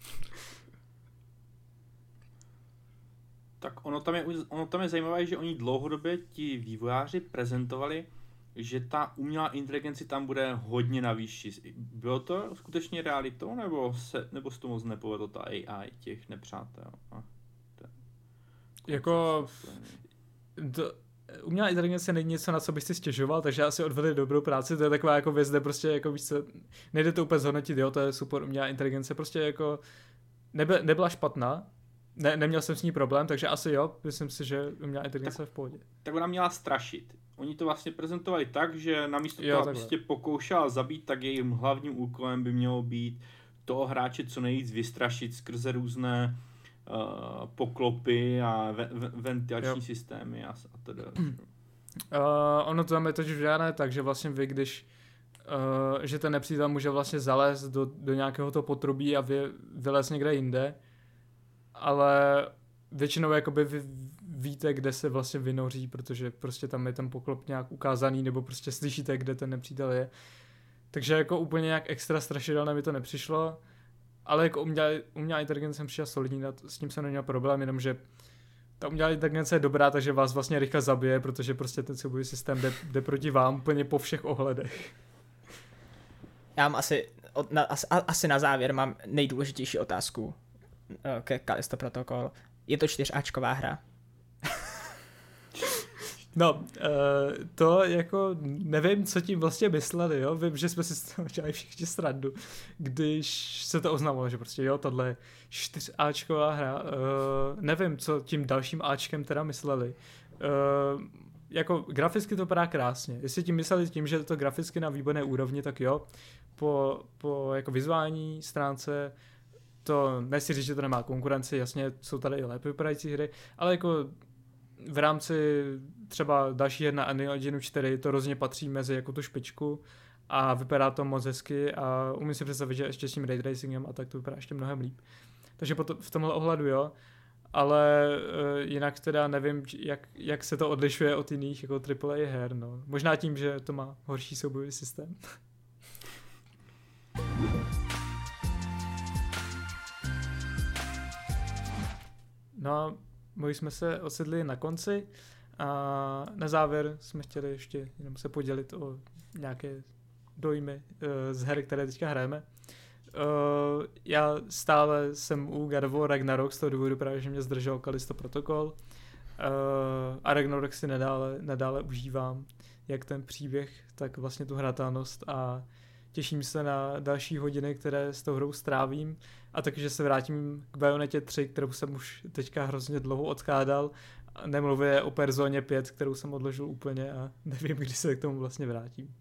Tak ono tam je zajímavé, že oni dlouhodobě ti vývojáři prezentovali, že ta umělá inteligence tam bude hodně na výši. Bylo to skutečně realitou, nebo se to moc nepovedlo ta AI těch nepřátel? Jako umělá inteligence není něco, na co bych si stěžoval, takže asi odvedli dobrou práci, to je taková jako věc, kde prostě jako víš co, nejde to úplně zhodnotit, jo, to je super umělá inteligence, prostě jako nebyla špatná, neměl jsem s ní problém, takže asi jo, myslím si, že umělá inteligence je v pohodě. Tak ona měla strašit. Oni to vlastně prezentovali tak, že namísto toho, aby se tě pokoušela zabít, tak jejím hlavním úkolem by mělo být toho hráče co nejvíc vystrašit skrze různé poklopy a ventilační systémy a tedy. Ono to tam je totiž žádné tak, že vlastně vy, když že ten nepřítel může vlastně zalézt do nějakého toho potrubí a vylézt někde jinde, ale většinou jakoby vy víte, kde se vlastně vynoří, protože prostě tam je ten poklop nějak ukázaný, nebo prostě slyšíte, kde ten nepřítel je. Takže jako úplně nějak extra strašidelné mi to nepřišlo, ale jako umělá inteligence jsem přišel solidní, s tím jsem neměl problém, jenomže ta umělá inteligence je dobrá, takže vás vlastně rychle zabije, protože prostě ten soubojový systém jde proti vám úplně po všech ohledech. Já mám asi na závěr mám nejdůležitější otázku ke Callisto Protocol. Je to 4áčková hra? No, to jako nevím, co tím vlastně mysleli, jo, vím, že jsme si z toho dělali všichni srandu, když se to oznamovalo, že prostě jo, tohle je 4áčková hra, nevím, co tím dalším áčkem teda mysleli. Jako graficky to vypadá krásně, jestli tím mysleli tím, že je to graficky na výborné úrovni, tak jo, po jako vizuální stránce to, nechci říct, že to nemá konkurenci, jasně jsou tady i lépe vypadající hry, ale jako v rámci třeba další her na Unreal Engine 4 to rozhodně patří mezi jako tu špičku a vypadá to moc hezky a umím si představit, že ještě s tím ray tracingem a tak to vypadá ještě mnohem líp. Takže v tomhle ohledu jo, ale jinak teda nevím, jak se to odlišuje od jiných jako AAA her, no. Možná tím, že to má horší soubojový systém. No a my jsme se osedli na konci a na závěr jsme chtěli ještě jenom se podělit o nějaké dojmy z her, které teďka hrajeme. Já stále jsem u God of War Ragnarok z toho důvodu právě, že mě zdržel Callisto Protocol a Ragnarok si nadále užívám, jak ten příběh, tak vlastně tu hratelnost a těším se na další hodiny, které s tou hrou strávím a takže se vrátím k Bayonetě 3, kterou jsem už teďka hrozně dlouho odkládal. Nemluvě o Personě 5, kterou jsem odložil úplně a nevím, kdy se k tomu vlastně vrátím.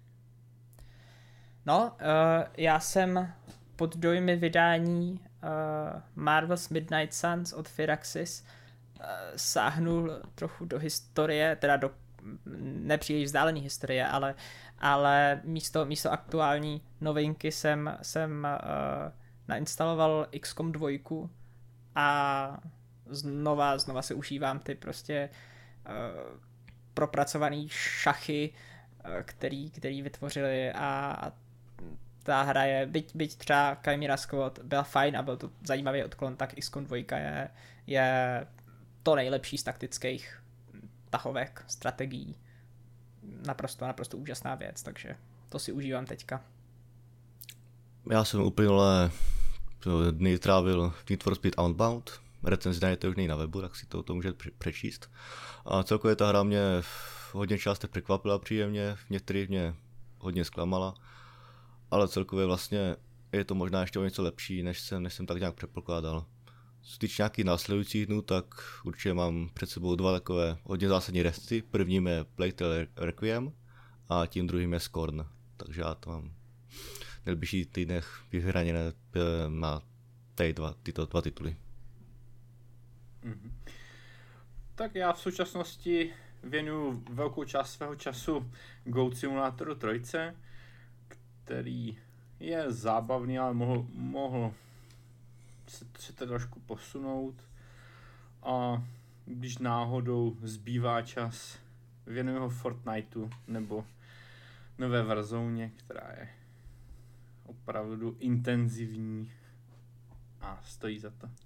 No, já jsem pod dojmy vydání Marvel's Midnight Suns od Firaxis sáhnul trochu do historie, teda do nepříliš vzdálené historie, ale místo aktuální novinky jsem nainstaloval XCOM 2 a znova se užívám ty prostě propracovaný šachy, který vytvořili a ta hra je, byť třeba Chimera Squad byla fajn a byl to zajímavý odklon, tak XCOM 2 je to nejlepší z taktických tahovek, strategií. Naprosto úžasná věc, takže to si užívám teďka. Já jsem uplynulé dny trávil Need for Speed Unbound. Recenzi najdete už na webu, tak si to můžete přečíst. A celkově ta hra mě hodně částech překvapila příjemně, v některých mě hodně zklamala, ale celkově vlastně je to možná ještě o něco lepší, než jsem tak nějak předpokládal. co týče nějakých následujících dnů, tak určitě mám před sebou 2 takové hodně zásadní resty. Prvním je Plague Tale Requiem a tím druhým je Scorn. Takže já to mám v nejbližších týdnech vyhraněné na tyto dva tituly. Mm-hmm. Tak já v současnosti věnuju velkou část svého času Goat Simulatoru 3, který je zábavný, ale mohl se to trošku posunout. A když náhodou zbývá čas, věnuju ho Fortniteu nebo nové Warzone, která je opravdu intenzivní a stojí za to.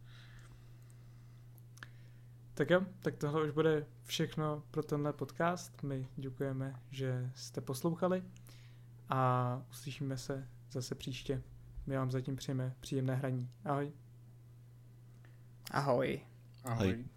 Tak jo, tak tohle už bude všechno pro tenhle podcast. My děkujeme, že jste poslouchali a uslyšíme se zase příště. My vám zatím přejeme příjemné hraní. Ahoj. Ahoj. Ahoj.